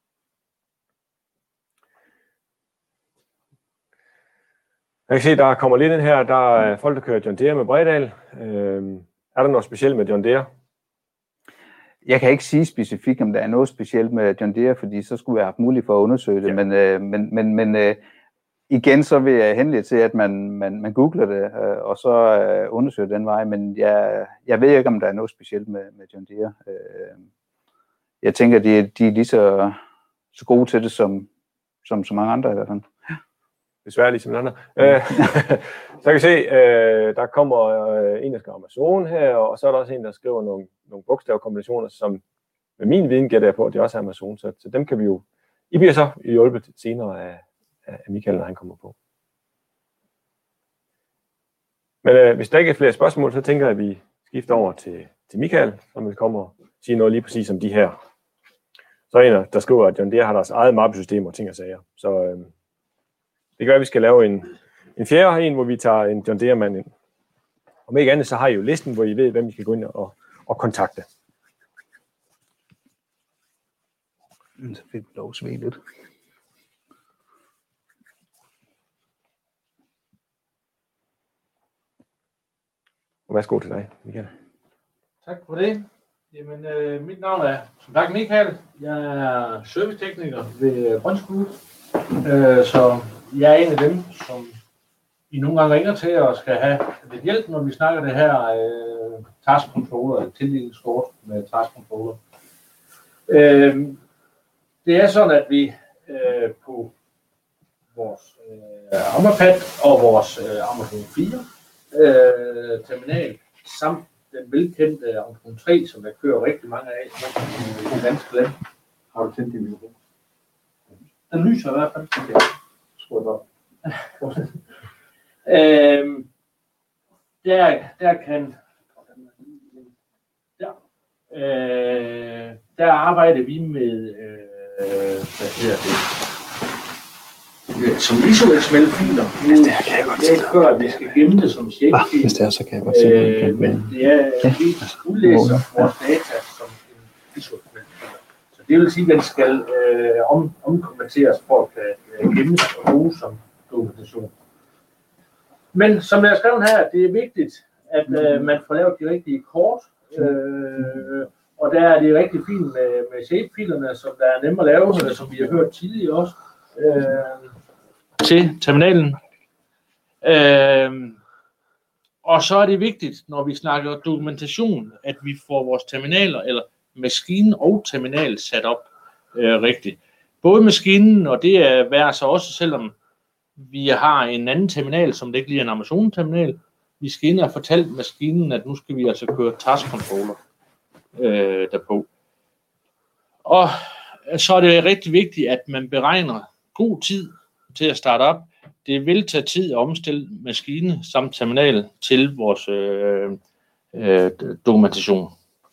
Jeg kan se, der kommer lidt ind her, der er folk, der kører John Deere med Bredal. Øh, er der noget specielt med John Deere? Jeg kan ikke sige specifikt, om der er noget specielt med John Deere, fordi så skulle jeg have haft mulighed for at undersøge det, ja. men, øh, men, men, men øh, igen så vil jeg henlede til, at man, man, man googler det, øh, og så øh, undersøger den vej, men jeg, jeg ved ikke, om der er noget specielt med, med John Deere. Øh, jeg tænker, de, de er lige så, så gode til det, som, som så mange andre i hvert fald. Desværre ligesom andre. Øh, så kan I se, øh, der kommer øh, en, der skriver Amazon her, og så er der også en, der skriver nogle, nogle bogstavkombinationer, som med min viden gætter jeg på, at det også er Amazon. Så, så dem kan vi jo... I bliver så hjulpet senere af, af Michael, når han kommer på. Men øh, hvis der ikke er flere spørgsmål, så tænker jeg, at vi skifter over til, til Michael, som vil komme og sige noget lige præcis om de her. Så er en, der skriver, at John Deere har deres eget mappesystem og ting og sager. Så... Øh, det kan være, at vi skal lave en, en fjerde en, hvor vi tager en John Deere-mand ind. Om ikke andet, så har I jo listen, hvor I ved, hvem I skal gå ind og, og kontakte. Så fik vi lov at svede lidt. Og værsgo til dig, Michael. Tak for det. Jamen, øh, mit navn er som sagt Michael. Jeg er servicetekniker ved Brøndskole. Øh, så jeg er en af dem, som I nogle gange ringer til og skal have lidt hjælp, når vi snakker det her øh, task controller, eller tildelingskort med task controller. Øh, det er sådan, at vi øh, på vores øh, Amapad og vores øh, Amazon fire øh, terminal, samt den velkendte Amazon tre, som der kører rigtig mange af i det danske land. Har du tændt din mikrofon? Den lyser i hvert fald. Okay. Skruet op. øhm, der, der kan øh, der arbejder vi med, øh, hvad hedder det, som I S O X M L-filer. Det er jeg godt det er før, at vi skal gemme det som shapefil. Hvis det er, så kan jeg godt se det. Øh, men det er, vi udlæser vores data som en I S O X M L-filer. Så det vil sige, at den skal øh, om, omkonverteres for at kan gemmes og bruges som dokumentation. Men som jeg har skrevet her, det er vigtigt, at øh, man får lavet de rigtige kort. Øh, og der er det rigtig fint med, med shapefilerne, som der er nemme at lave, som vi har hørt tidligere også. Øh, til terminalen. Øh, og så er det vigtigt, når vi snakker dokumentation, at vi får vores terminaler, eller maskinen og terminal sat op øh, rigtigt. Både maskinen, og det er værd så også, selvom vi har en anden terminal, som det ikke lige er en Amazon-terminal. Vi skal ind og fortælle maskinen, at nu skal vi altså køre task controller øh, derpå. Og så er det rigtig vigtigt, at man beregner god tid til at starte op. Det vil tage tid at omstille maskine samt terminal til vores øh, øh, dokumentation.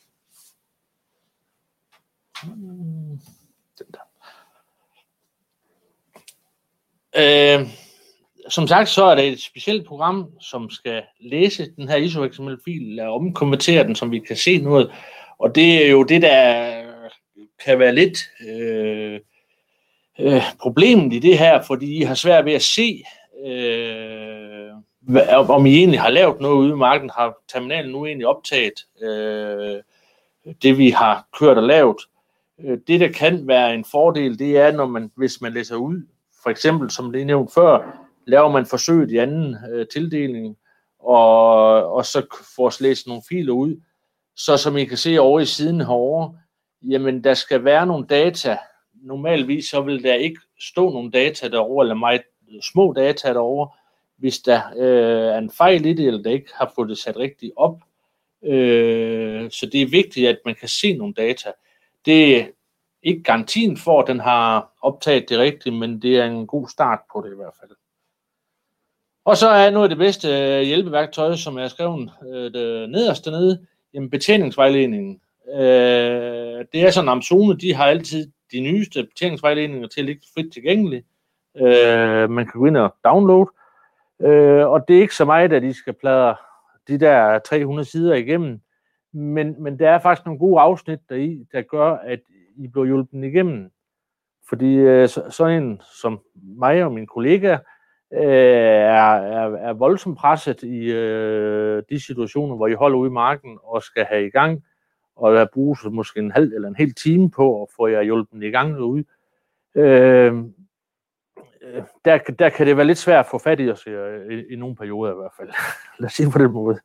Øh, som sagt, så er det et specielt program, som skal læse den her I S O X M L-fil og omkonvertere den, som vi kan se noget. Og det er jo det, der kan være lidt øh, øh, problemet i det her, fordi I har svært ved at se, øh, om I egentlig har lavet noget ude i marken. Har terminalen nu egentlig optaget øh, det, vi har kørt og lavet? Det, der kan være en fordel, det er, når man, hvis man læser ud, for eksempel, som det er nævnt før, laver man forsøget i anden øh, tildeling, og, og så får læst nogle filer ud, så som I kan se over i siden herovre, jamen der skal være nogle data. Normalvis så vil der ikke stå nogle data derovre, eller meget små data derovre, hvis der øh, er en fejl i det, eller der ikke har fået det sat rigtigt op. Øh, så det er vigtigt, at man kan se nogle data. Det er ikke garantien for, at den har optaget det rigtigt, men det er en god start på det i hvert fald. Og så er noget af det bedste hjælpeværktøj, som jeg har skrevet øh, det nederst dernede, jamen betjeningsvejledningen. Øh, det er sådan, at Amazon, de har altid de nyeste betjeningsvejledninger til at ligge frit tilgængelige. Øh, man kan gå ind og downloade, øh, og det er ikke så meget, at de skal pladre de der tre hundrede sider igennem, men, men der er faktisk nogle gode afsnit deri, der gør, at I bliver hjulpet igennem. Fordi øh, så, sådan en som mig og mine kollegaer øh, er, er, er voldsomt presset i øh, de situationer, hvor I holder ude i marken og skal have i gang, og der bruges måske en halv eller en hel time på at få jer hjulpet i gang derude. Øh, der, der kan det være lidt svært at få fat i os i, i, i nogle perioder i hvert fald. Lad os sige på den måde.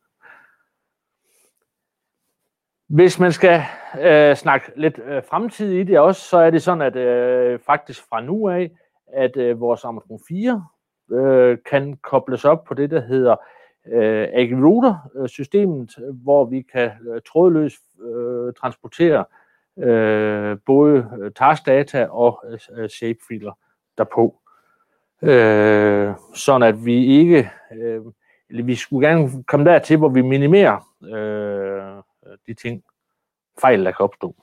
Hvis man skal øh, snakke lidt øh, fremtid i det også, så er det sådan, at øh, faktisk fra nu af, at øh, vores Amazon fire øh, kan kobles op på det, der hedder øh, AgriRouter-systemet, hvor vi kan øh, trådløst øh, transportere øh, både taskdata og øh, shapefiler derpå. Øh, sådan at vi ikke, øh, eller vi skulle gerne komme dertil, hvor vi minimerer øh, de ting, fejl, der kan opstå.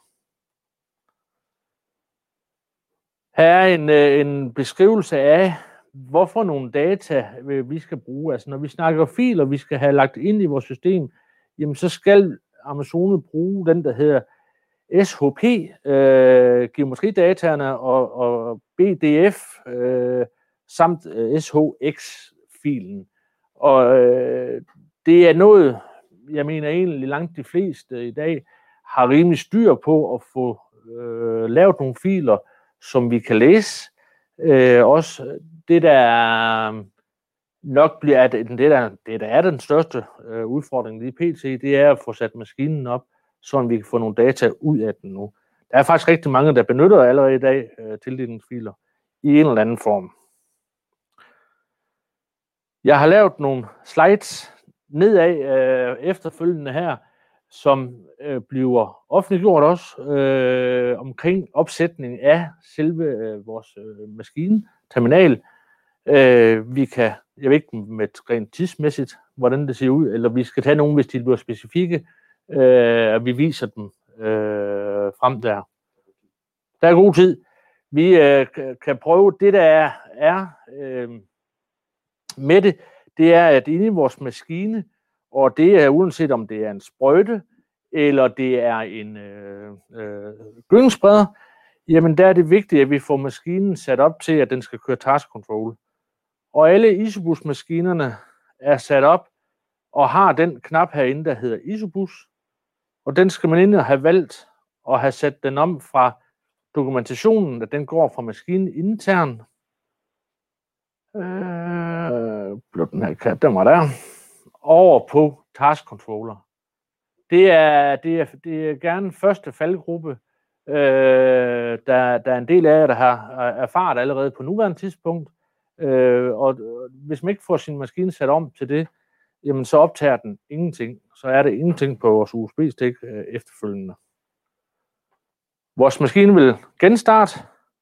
Her er en, en beskrivelse af, hvorfor nogle data vi skal bruge. Altså når vi snakker filer, vi skal have lagt ind i vores system, jamen så skal Amazon bruge den, der hedder S H P, øh, geometridataerne, og, og B D F, øh, samt øh, S H X-filen. Og øh, det er noget, jeg mener egentlig langt de fleste i dag har rimelig styr på at få øh, lavet nogle filer, som vi kan læse. Øh, også det, der nok bliver, det der, det der er den største øh, udfordring lige pt, det er at få sat maskinen op, så vi kan få nogle data ud af den nu. Der er faktisk rigtig mange, der benytter allerede i dag øh, tildelingsfiler i en eller anden form. Jeg har lavet nogle slides nedad øh, efterfølgende her, som øh, bliver offentliggjort også øh, omkring opsætning af selve øh, vores øh, maskine, terminal. Øh, vi kan, jeg ved ikke med rent tidsmæssigt, hvordan det ser ud, eller vi skal tage nogle, hvis de bliver specifikke, øh, og vi viser dem øh, frem der. Der er god tid. Vi øh, kan prøve, det der er, er øh, med det, det er, at inde i vores maskine, og det er uanset om det er en sprøjte, eller det er en øh, øh, gyngespredder, jamen der er det vigtigt, at vi får maskinen sat op til, at den skal køre task control. Og alle Isobus-maskinerne er sat op og har den knap herinde, der hedder Isobus. Og den skal man inde have valgt og have sat den om fra dokumentationen, at den går fra maskinen intern. Øh, blev den her kat, den var der. Over på task controller. Det er, det er, det er gerne første faldgruppe. Øh, der, der er en del af jer, der har erfaret allerede på nuværende tidspunkt. Øh, og hvis man ikke får sin maskine sat om til det, jamen så optager den ingenting. Så er det ingenting på vores U S B-stik øh, efterfølgende. Vores maskine vil genstarte.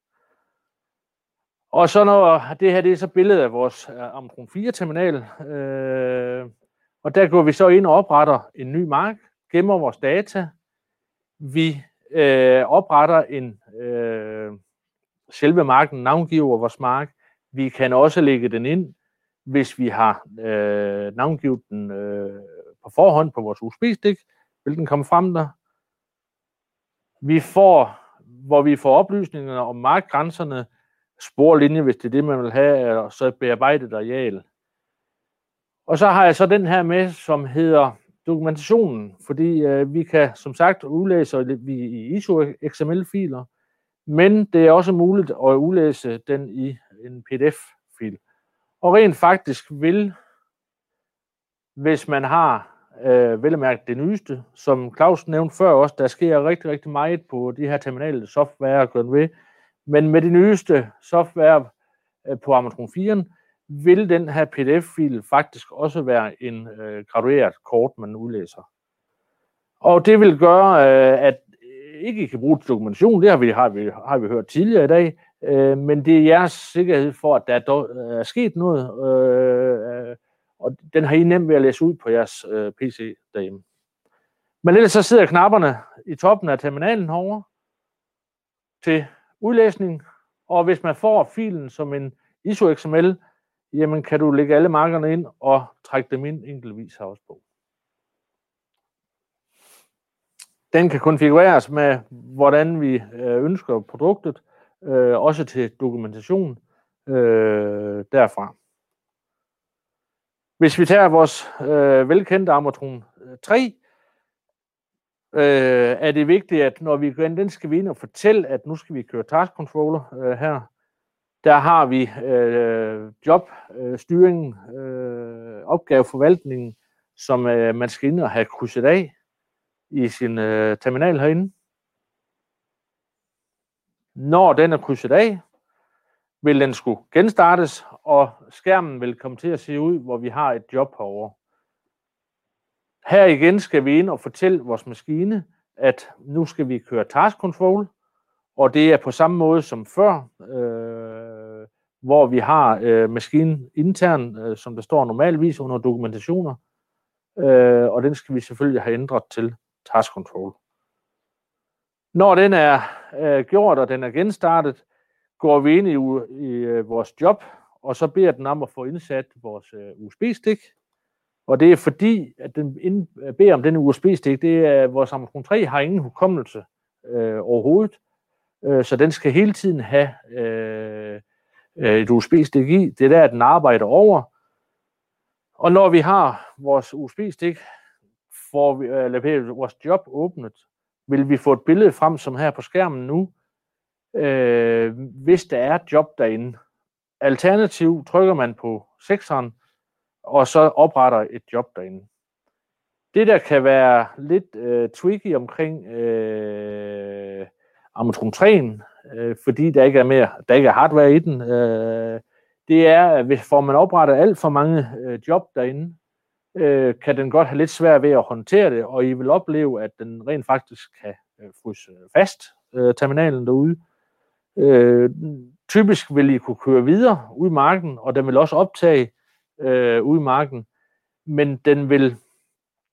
Og så når det her det er så billedet af vores Amtron fire terminal. Øh, og der går vi så ind og opretter en ny mark, gemmer vores data. Vi øh, opretter en øh, selve marken, navngiver vores mark. Vi kan også lægge den ind, hvis vi har øh, navngivet den øh, på forhånd på vores U S B-stik, vil den komme frem der. Vi får, hvor vi får oplysninger om markgrænserne, sporlinje, hvis det er det, man vil have, og så bearbejdet areal. Og så har jeg så den her med, som hedder dokumentationen, fordi øh, vi kan som sagt udlæse vi i I S O X M L-filer, men det er også muligt at udlæse den i en P D F-fil. Og rent faktisk vil, hvis man har øh, vel at mærke det nyeste, som Claus nævnte før også, der sker rigtig, rigtig meget på de her terminale software, ved. Men med det nyeste software øh, på Amtron fire, vil den her P D F-fil faktisk også være en øh, gradueret kort, man udlæser. Og det vil gøre, øh, at ikke I kan bruge til dokumentation, det har vi, har vi, har vi hørt tidligere i dag, øh, men det er jeres sikkerhed for, at der er, dog, er sket noget, øh, og den har I nemt ved at læse ud på jeres øh, P C derhjemme. Men ellers så sidder knapperne i toppen af terminalen herovre til udlæsning, og hvis man får filen som en I S O X M L, jamen kan du lægge alle markerne ind og trække dem ind enkeltvis her også på. Den kan konfigureres med, hvordan vi ønsker produktet, øh, også til dokumentation øh, derfra. Hvis vi tager vores øh, velkendte Amtron tre, øh, er det vigtigt, at når vi går ind, den skal vi ind og fortælle, at nu skal vi køre task controller øh, her. Der har vi øh, jobstyringen, øh, opgaveforvaltningen, som øh, man skal ind og have krydset af i sin øh, terminal herinde. Når den er krydset af, vil den skulle genstartes, og skærmen vil komme til at se ud, hvor vi har et job herovre. Her igen skal vi ind og fortælle vores maskine, at nu skal vi køre task control, og det er på samme måde som før, øh, hvor vi har øh, maskinen intern, øh, som der står normalvis under dokumentationer, øh, og den skal vi selvfølgelig have ændret til task control. Når den er øh, gjort, og den er genstartet, går vi ind i, i øh, vores job, og så beder den om at få indsat vores øh, U S B-stik. Og det er fordi, at den ind, beder om den U S B-stik, det er, vores Amtron tre har ingen hukommelse øh, overhovedet, øh, så den skal hele tiden have øh, et U S B-stik i. Det er der, den arbejder over. Og når vi har vores U S B-stik, får vi, eller vores job åbnet, vil vi få et billede frem, som her på skærmen nu, øh, hvis der er et job derinde. Alternativt trykker man på sekseren, og så opretter et job derinde. Det, der kan være lidt øh, tricky omkring øh, Amtron tre'en, øh, fordi der ikke er mere, der ikke er hardware i den, øh, det er, at hvis får man oprettet alt for mange øh, job derinde, øh, kan den godt have lidt svært ved at håndtere det, og I vil opleve, at den rent faktisk kan øh, fryse fast, øh, terminalen derude. Øh, typisk vil I kunne køre videre ud i marken, og den vil også optage øh, ude i marken, men den vil,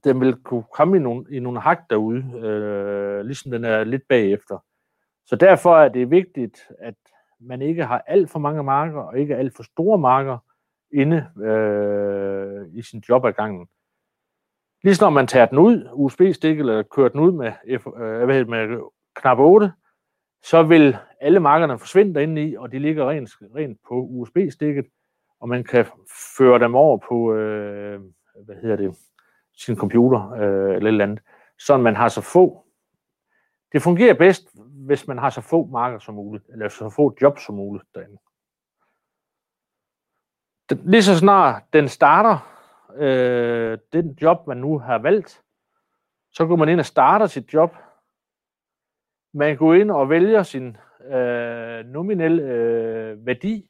den vil kunne komme i nogle, i nogle hak derude, øh, ligesom den er lidt bagefter. Så derfor er det vigtigt, at man ikke har alt for mange marker, og ikke alt for store marker inde øh, i sin job ad gangen. Lige når man tager den ud, U S B-stik, eller kører den ud med, F, øh, med knap otte, så vil alle markerne forsvinde derinde i, og de ligger rent, rent på U S B-stikket, og man kan føre dem over på, øh, hvad hedder det, sin computer, øh, eller et eller andet, så man har så få. Det fungerer bedst, hvis man har så få marker som muligt, eller så få job som muligt derinde. Lige så snart den starter, øh, den job, man nu har valgt, så går man ind og starter sit job. Man går ind og vælger sin øh, nominelle øh, værdi.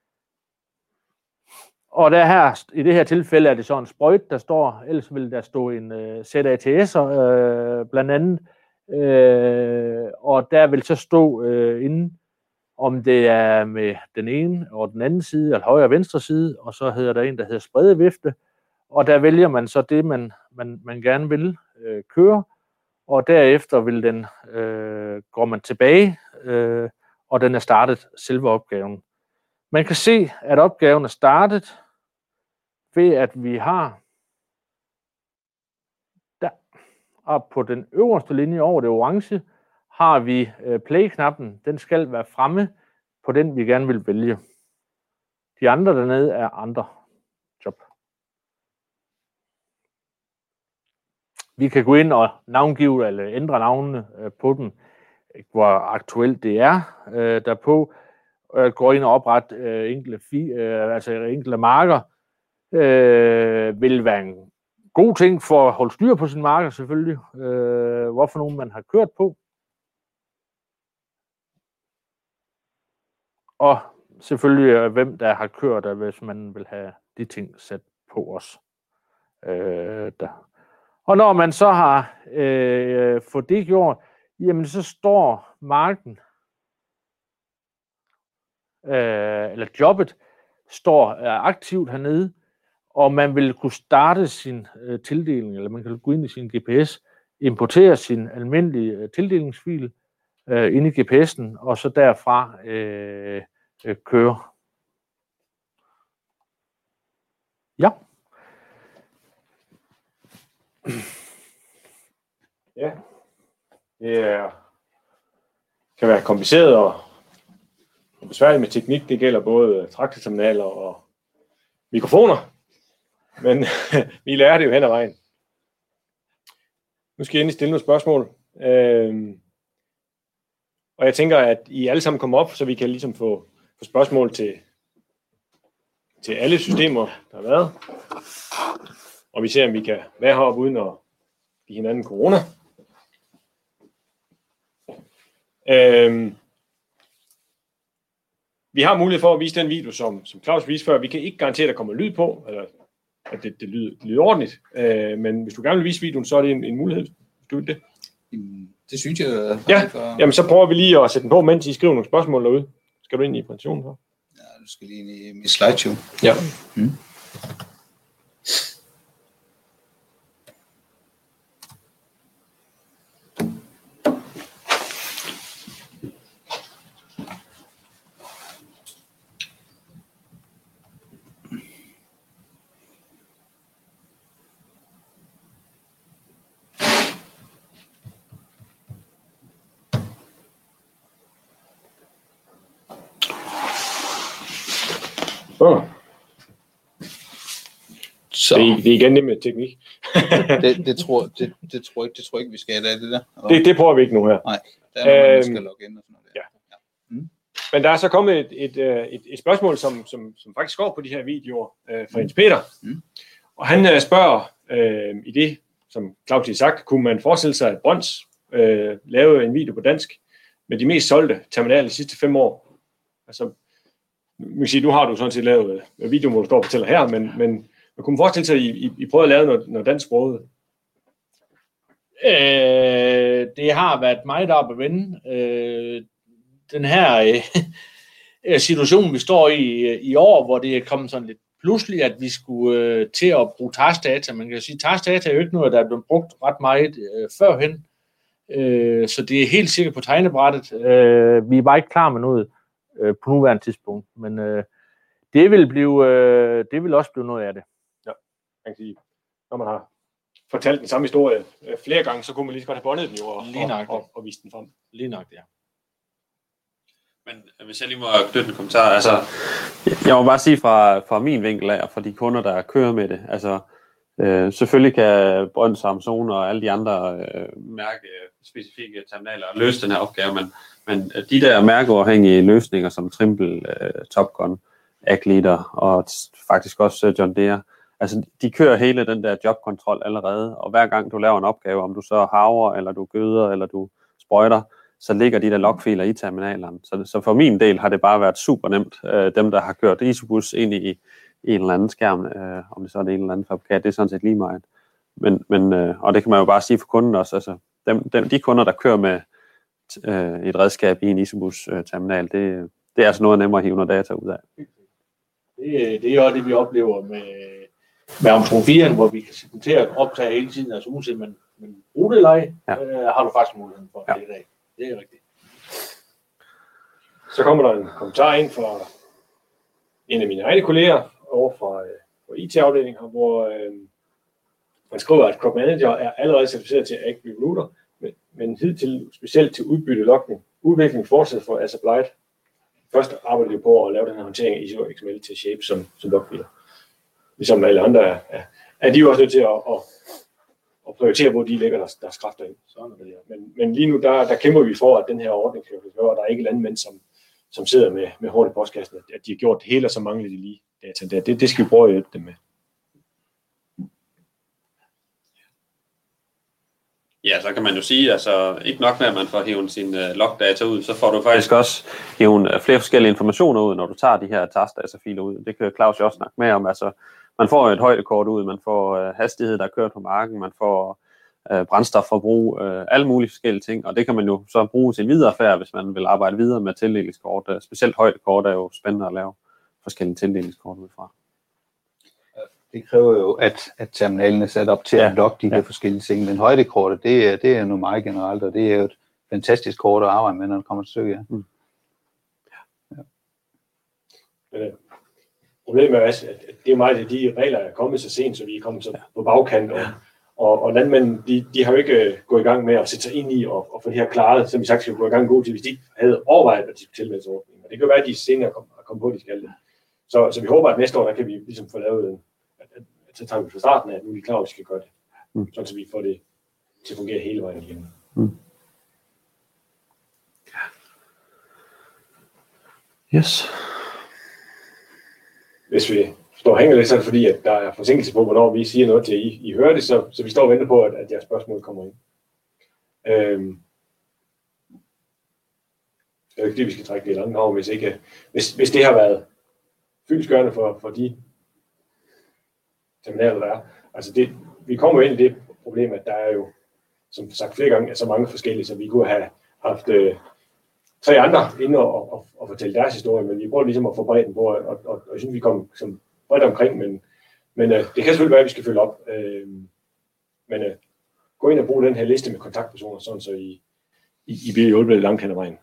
Og der her, i det her tilfælde er det så en sprøjt, der står, ellers vil der stå en øh, sæt A T S'er øh, blandt andet. Øh, og der vil så stå øh, inde, om det er med den ene og den anden side, eller højre og venstre side, og så hedder der en, der hedder spredevifte, og der vælger man så det, man, man, man gerne vil øh, køre, og derefter vil den, øh, går man tilbage, øh, og den er startet selve opgaven. Man kan se, at opgaven er startet ved, at vi har der, og på den øverste linje over det orange, har vi øh, play-knappen. Den skal være fremme på den, vi gerne vil vælge. De andre dernede er andre job. Vi kan gå ind og navngive eller ændre navnene øh, på den, hvor aktuelt det er øh, derpå. Øh, går ind og oprette øh, enkelte, fi, øh, altså enkelte marker. Øh, vil være en god ting for at holde styr på sine marker selvfølgelig. Øh, hvorfor nogen man har kørt på. Og selvfølgelig, hvem der har kørt, hvis man vil have de ting sat på os. Øh, der. Og når man så har øh, fået det gjort, jamen så står marken, øh, eller jobbet, står er aktivt hernede, og man vil kunne starte sin øh, tildeling, eller man kan gå ind i sin G P S, importere sin almindelige øh, tildelingsfil øh, ind i G P S'en, og så derfra øh, øh, køre. Ja. Ja, det er, kan være kompliceret og, og besværligt med teknik. Det gælder både traktorterminaler og mikrofoner, men vi lærer det jo hen ad vejen. Nu skal jeg endelig stille nogle spørgsmål, øhm, og jeg tænker, at I alle sammen kommer op, så vi kan ligesom få, få spørgsmål til, til alle systemer, der har været. Og vi ser, om vi kan være heroppe uden at give hinanden corona. Øhm, vi har mulighed for at vise den video, som, som Claus viste før. Vi kan ikke garantere, at der kommer lyd på, eller at det, det, lyder, det lyder ordentligt. Øh, men hvis du gerne vil vise videoen, så er det en, en mulighed. Du vil det? Det synes jeg. Ja, for... jamen så prøver vi lige at sætte den på, mens I skriver nogle spørgsmål derude. Skal du ind i præsentationen her? Ja, du skal lige ind i min slideshow. Ja. Mm. Oh. Så. Det, er, det er igen det med teknik. det, det, tror, det, det, tror jeg, det tror jeg ikke, vi skal have det der. Og... Det, det prøver vi ikke nu her. Nej, der er noget, øhm, man skal logge ind og sådan noget der. Ja. Ja. Mm. Men der er så kommet et, et, et, et spørgsmål, som, som, som faktisk går på de her videoer øh, fra Jens Peter. Mm. Og han øh, spørger øh, i det, som Claus har sagt, kunne man forestille sig, at Brøns øh, lave en video på dansk med de mest solgte terminaler de sidste fem år? Altså, man kan sige, nu har du sådan set lavet øh, video, hvor du står og fortæller her, men, men man kunne forestille sig, at I, I, I prøvede at lave noget, noget dansk sproget? Øh, det har været meget op at vende. Øh, den her øh, situation, vi står i i år, hvor det er kommet sådan lidt pludselig, at vi skulle øh, til at bruge taskdata. Man kan sige, at taskdata er jo ikke noget, der er blevet brugt ret meget øh, førhen. Øh, så det er helt sikkert på tegnebrættet. Øh, vi er bare ikke klar med noget øh, på nuværende tidspunkt. Men øh, det, vil blive, øh, det vil også blive noget af det. Ja, man kan sige, når man har fortalt den samme historie øh, flere gange, så kunne man lige så godt have båndet den jo og, og, og, og vist den frem. Lige nok, ja. Men hvis jeg lige må knytte en kommentar, altså, jeg må bare sige fra, fra min vinkel af, og fra de kunder, der kører med det, altså, øh, selvfølgelig kan Brønd, Samsung og alle de andre øh, mærkespecifikke terminaler løse den her opgave, men, men de der mærkeafhængige løsninger som Trimble, øh, Top Gun, Agleader og faktisk også John Deere, altså, de kører hele den der jobkontrol allerede, og hver gang du laver en opgave, om du så harver, eller du gøder, eller du sprøjter, så ligger de der logfiler i terminalerne. Så, så for min del har det bare været super nemt. Øh, dem, der har kørt Isobus ind i, i en eller anden skærm, øh, om det så er det en eller anden fabrikat, det er sådan set lige meget. Men, men, øh, og det kan man jo bare sige for kunden også. Altså, dem, dem, de kunder, der kører med øh, et redskab i en Isobus-terminal, det, det er altså noget nemmere at hive noget data ud af. Det, det er jo det, vi oplever med, med Amtron fire, hvor vi kan segmentere og optage hele tiden, altså uanset man, man bruger det eller ej, ja. øh, har du faktisk muligheden for ja. det i dag. Det er rigtigt. Så kommer der en kommentar ind fra en af mine egne kolleger over fra, øh, fra I T-afdelingen, hvor øh, man skriver, at Crop Manager er allerede certificeret til Ag Router, men, men hidtil specielt til udbyttelogning. Udviklingen fortsætter for Asapplied. Først arbejder de på at lave den her håndtering af I S O X M L til Shape som, som logfiler. Ligesom alle andre er, er, er de jo også nødt til at, at, at prioritere, hvor de lægger deres, deres kræfter ind. Sådan er det. Men, men lige nu, der, der kæmper vi for, at den her ordning kan gøre, og der er ikke landmænd, som, som sidder med, med hårdt i postkassen, at de har gjort det hele, og så mangler de lige data. Det, det skal vi prøve at hjælpe dem med. Ja, så kan man jo sige, altså ikke nok med, at man får hævet sin uh, logdata ud, så får du faktisk også hævet uh, flere forskellige informationer ud, når du tager de her taskdata-filer ud. Det kan Claus jo også snakke med om. Altså, man får et højdekort ud, man får uh, hastighed, der er kørt på marken, man får uh, brændstofforbrug, uh, alle mulige forskellige ting, og det kan man jo så bruge til videre færd, hvis man vil arbejde videre med tildelingskort. Uh, specielt højdekort er jo spændende at lave forskellige tildelingskort ud fra. Det kræver jo, at, at terminalen er sat op til ja. at logge de her ja. forskellige ting. Men højdekortet, det er, det er noget meget generelt, og det er jo et fantastisk kort at arbejde med, når det kommer til stykket. Ja. Mm. Ja. Øh, problemet er også, at det er meget af de regler, der er kommet så sent, så vi er kommet så ja. på bagkant, og, og, og landmænd, de, de har jo ikke gået i gang med at sætte sig ind i og, og få det her klaret, som vi sagt skal gå i gang god til, hvis de ikke havde overvejet at diskutere tilmeldingsordningen. Det kan jo være, at de senere kommer kom på, at de skal det. Så, så vi håber, at næste år, der kan vi ligesom få lavet en så tager vi fra starten af, at nu er vi klar, at vi skal gøre det. Mm. Sådan, så vi får det til at fungere hele vejen igennem. Mm. Yes. Hvis vi står og hænger lidt, så er det fordi, at der er forsinkelse på, hvornår vi siger noget til, at I, I hører det, så, så vi står og venter på, at, at jeres spørgsmål kommer ind. Øhm. Det er jo ikke det, vi skal trække det langt over, hvis, ikke, hvis, hvis det har været fyldestgørende for, for de terminaler, der er. Altså det, vi kommer ind i det problem, at der er jo, som sagt flere gange, så mange forskellige, så vi kunne have haft øh, tre andre inde og, og, og fortælle deres historie, men vi prøver ligesom at få bredden på, og, og, og, og jeg synes, vi kom som bredt omkring, men, men øh, det kan selvfølgelig være, at vi skal følge op. Øh, men øh, gå ind og brug den her liste med kontaktpersoner, sådan så I, I, I bliver hjulpet langt hen ad vejen.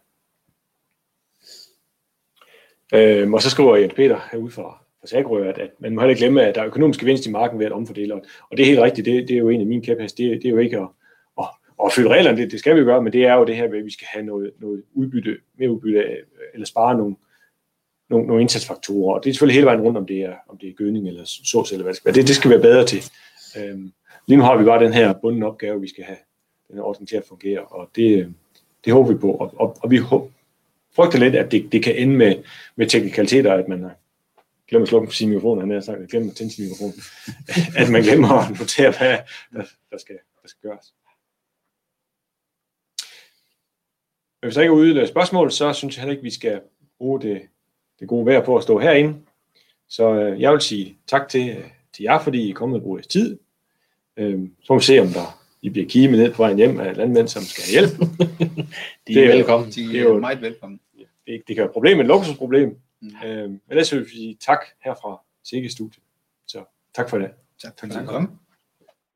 Øh, og så skriver Jens Peter herude fra for Sagrø, at, at man må heller ikke glemme, at der er økonomisk gevinst i marken ved at omfordele. Og det er helt rigtigt, det, det er jo en af mine kæphest. Det, det er jo ikke at, at, at følge reglerne, det, det skal vi jo gøre, men det er jo det her med, at vi skal have noget, noget udbytte, mere udbytte, eller spare nogle, nogle, nogle indsatsfaktorer. Og det er selvfølgelig hele vejen rundt, om det er, om det er gødning eller sås, eller hvad det skal være. Det, det skal være bedre til. Øhm, lige nu har vi bare den her bundne opgave, vi skal have den her ordning til at fungere, og det, det håber vi på. Og, og, og vi håber, frygter lidt, at det, det kan ende med, med teknikaliteter, at man har glemmer at slukke sin mikrofon, han har sagt, at glemmer at tænde sin mikrofon, at man glemmer at notere, hvad der, der, skal, der skal gøres. Men hvis der ikke er ude spørgsmål, så synes jeg heller ikke, vi skal bruge det, det gode vejr på at stå herinde. Så øh, jeg vil sige tak til, til jer, fordi I er kommet og bruge jeres tid. Øh, så må vi se, om der I bliver kimet ned på vejen hjem af landmænd, som skal have hjælp. De er, er velkommen. De er, det er jo meget velkommen. Det, det kan være et problem, et luksusproblem. Mm. Øh, men ellers vil vi sige tak herfra sikke studie. Så tak for det. Tak for at du kom.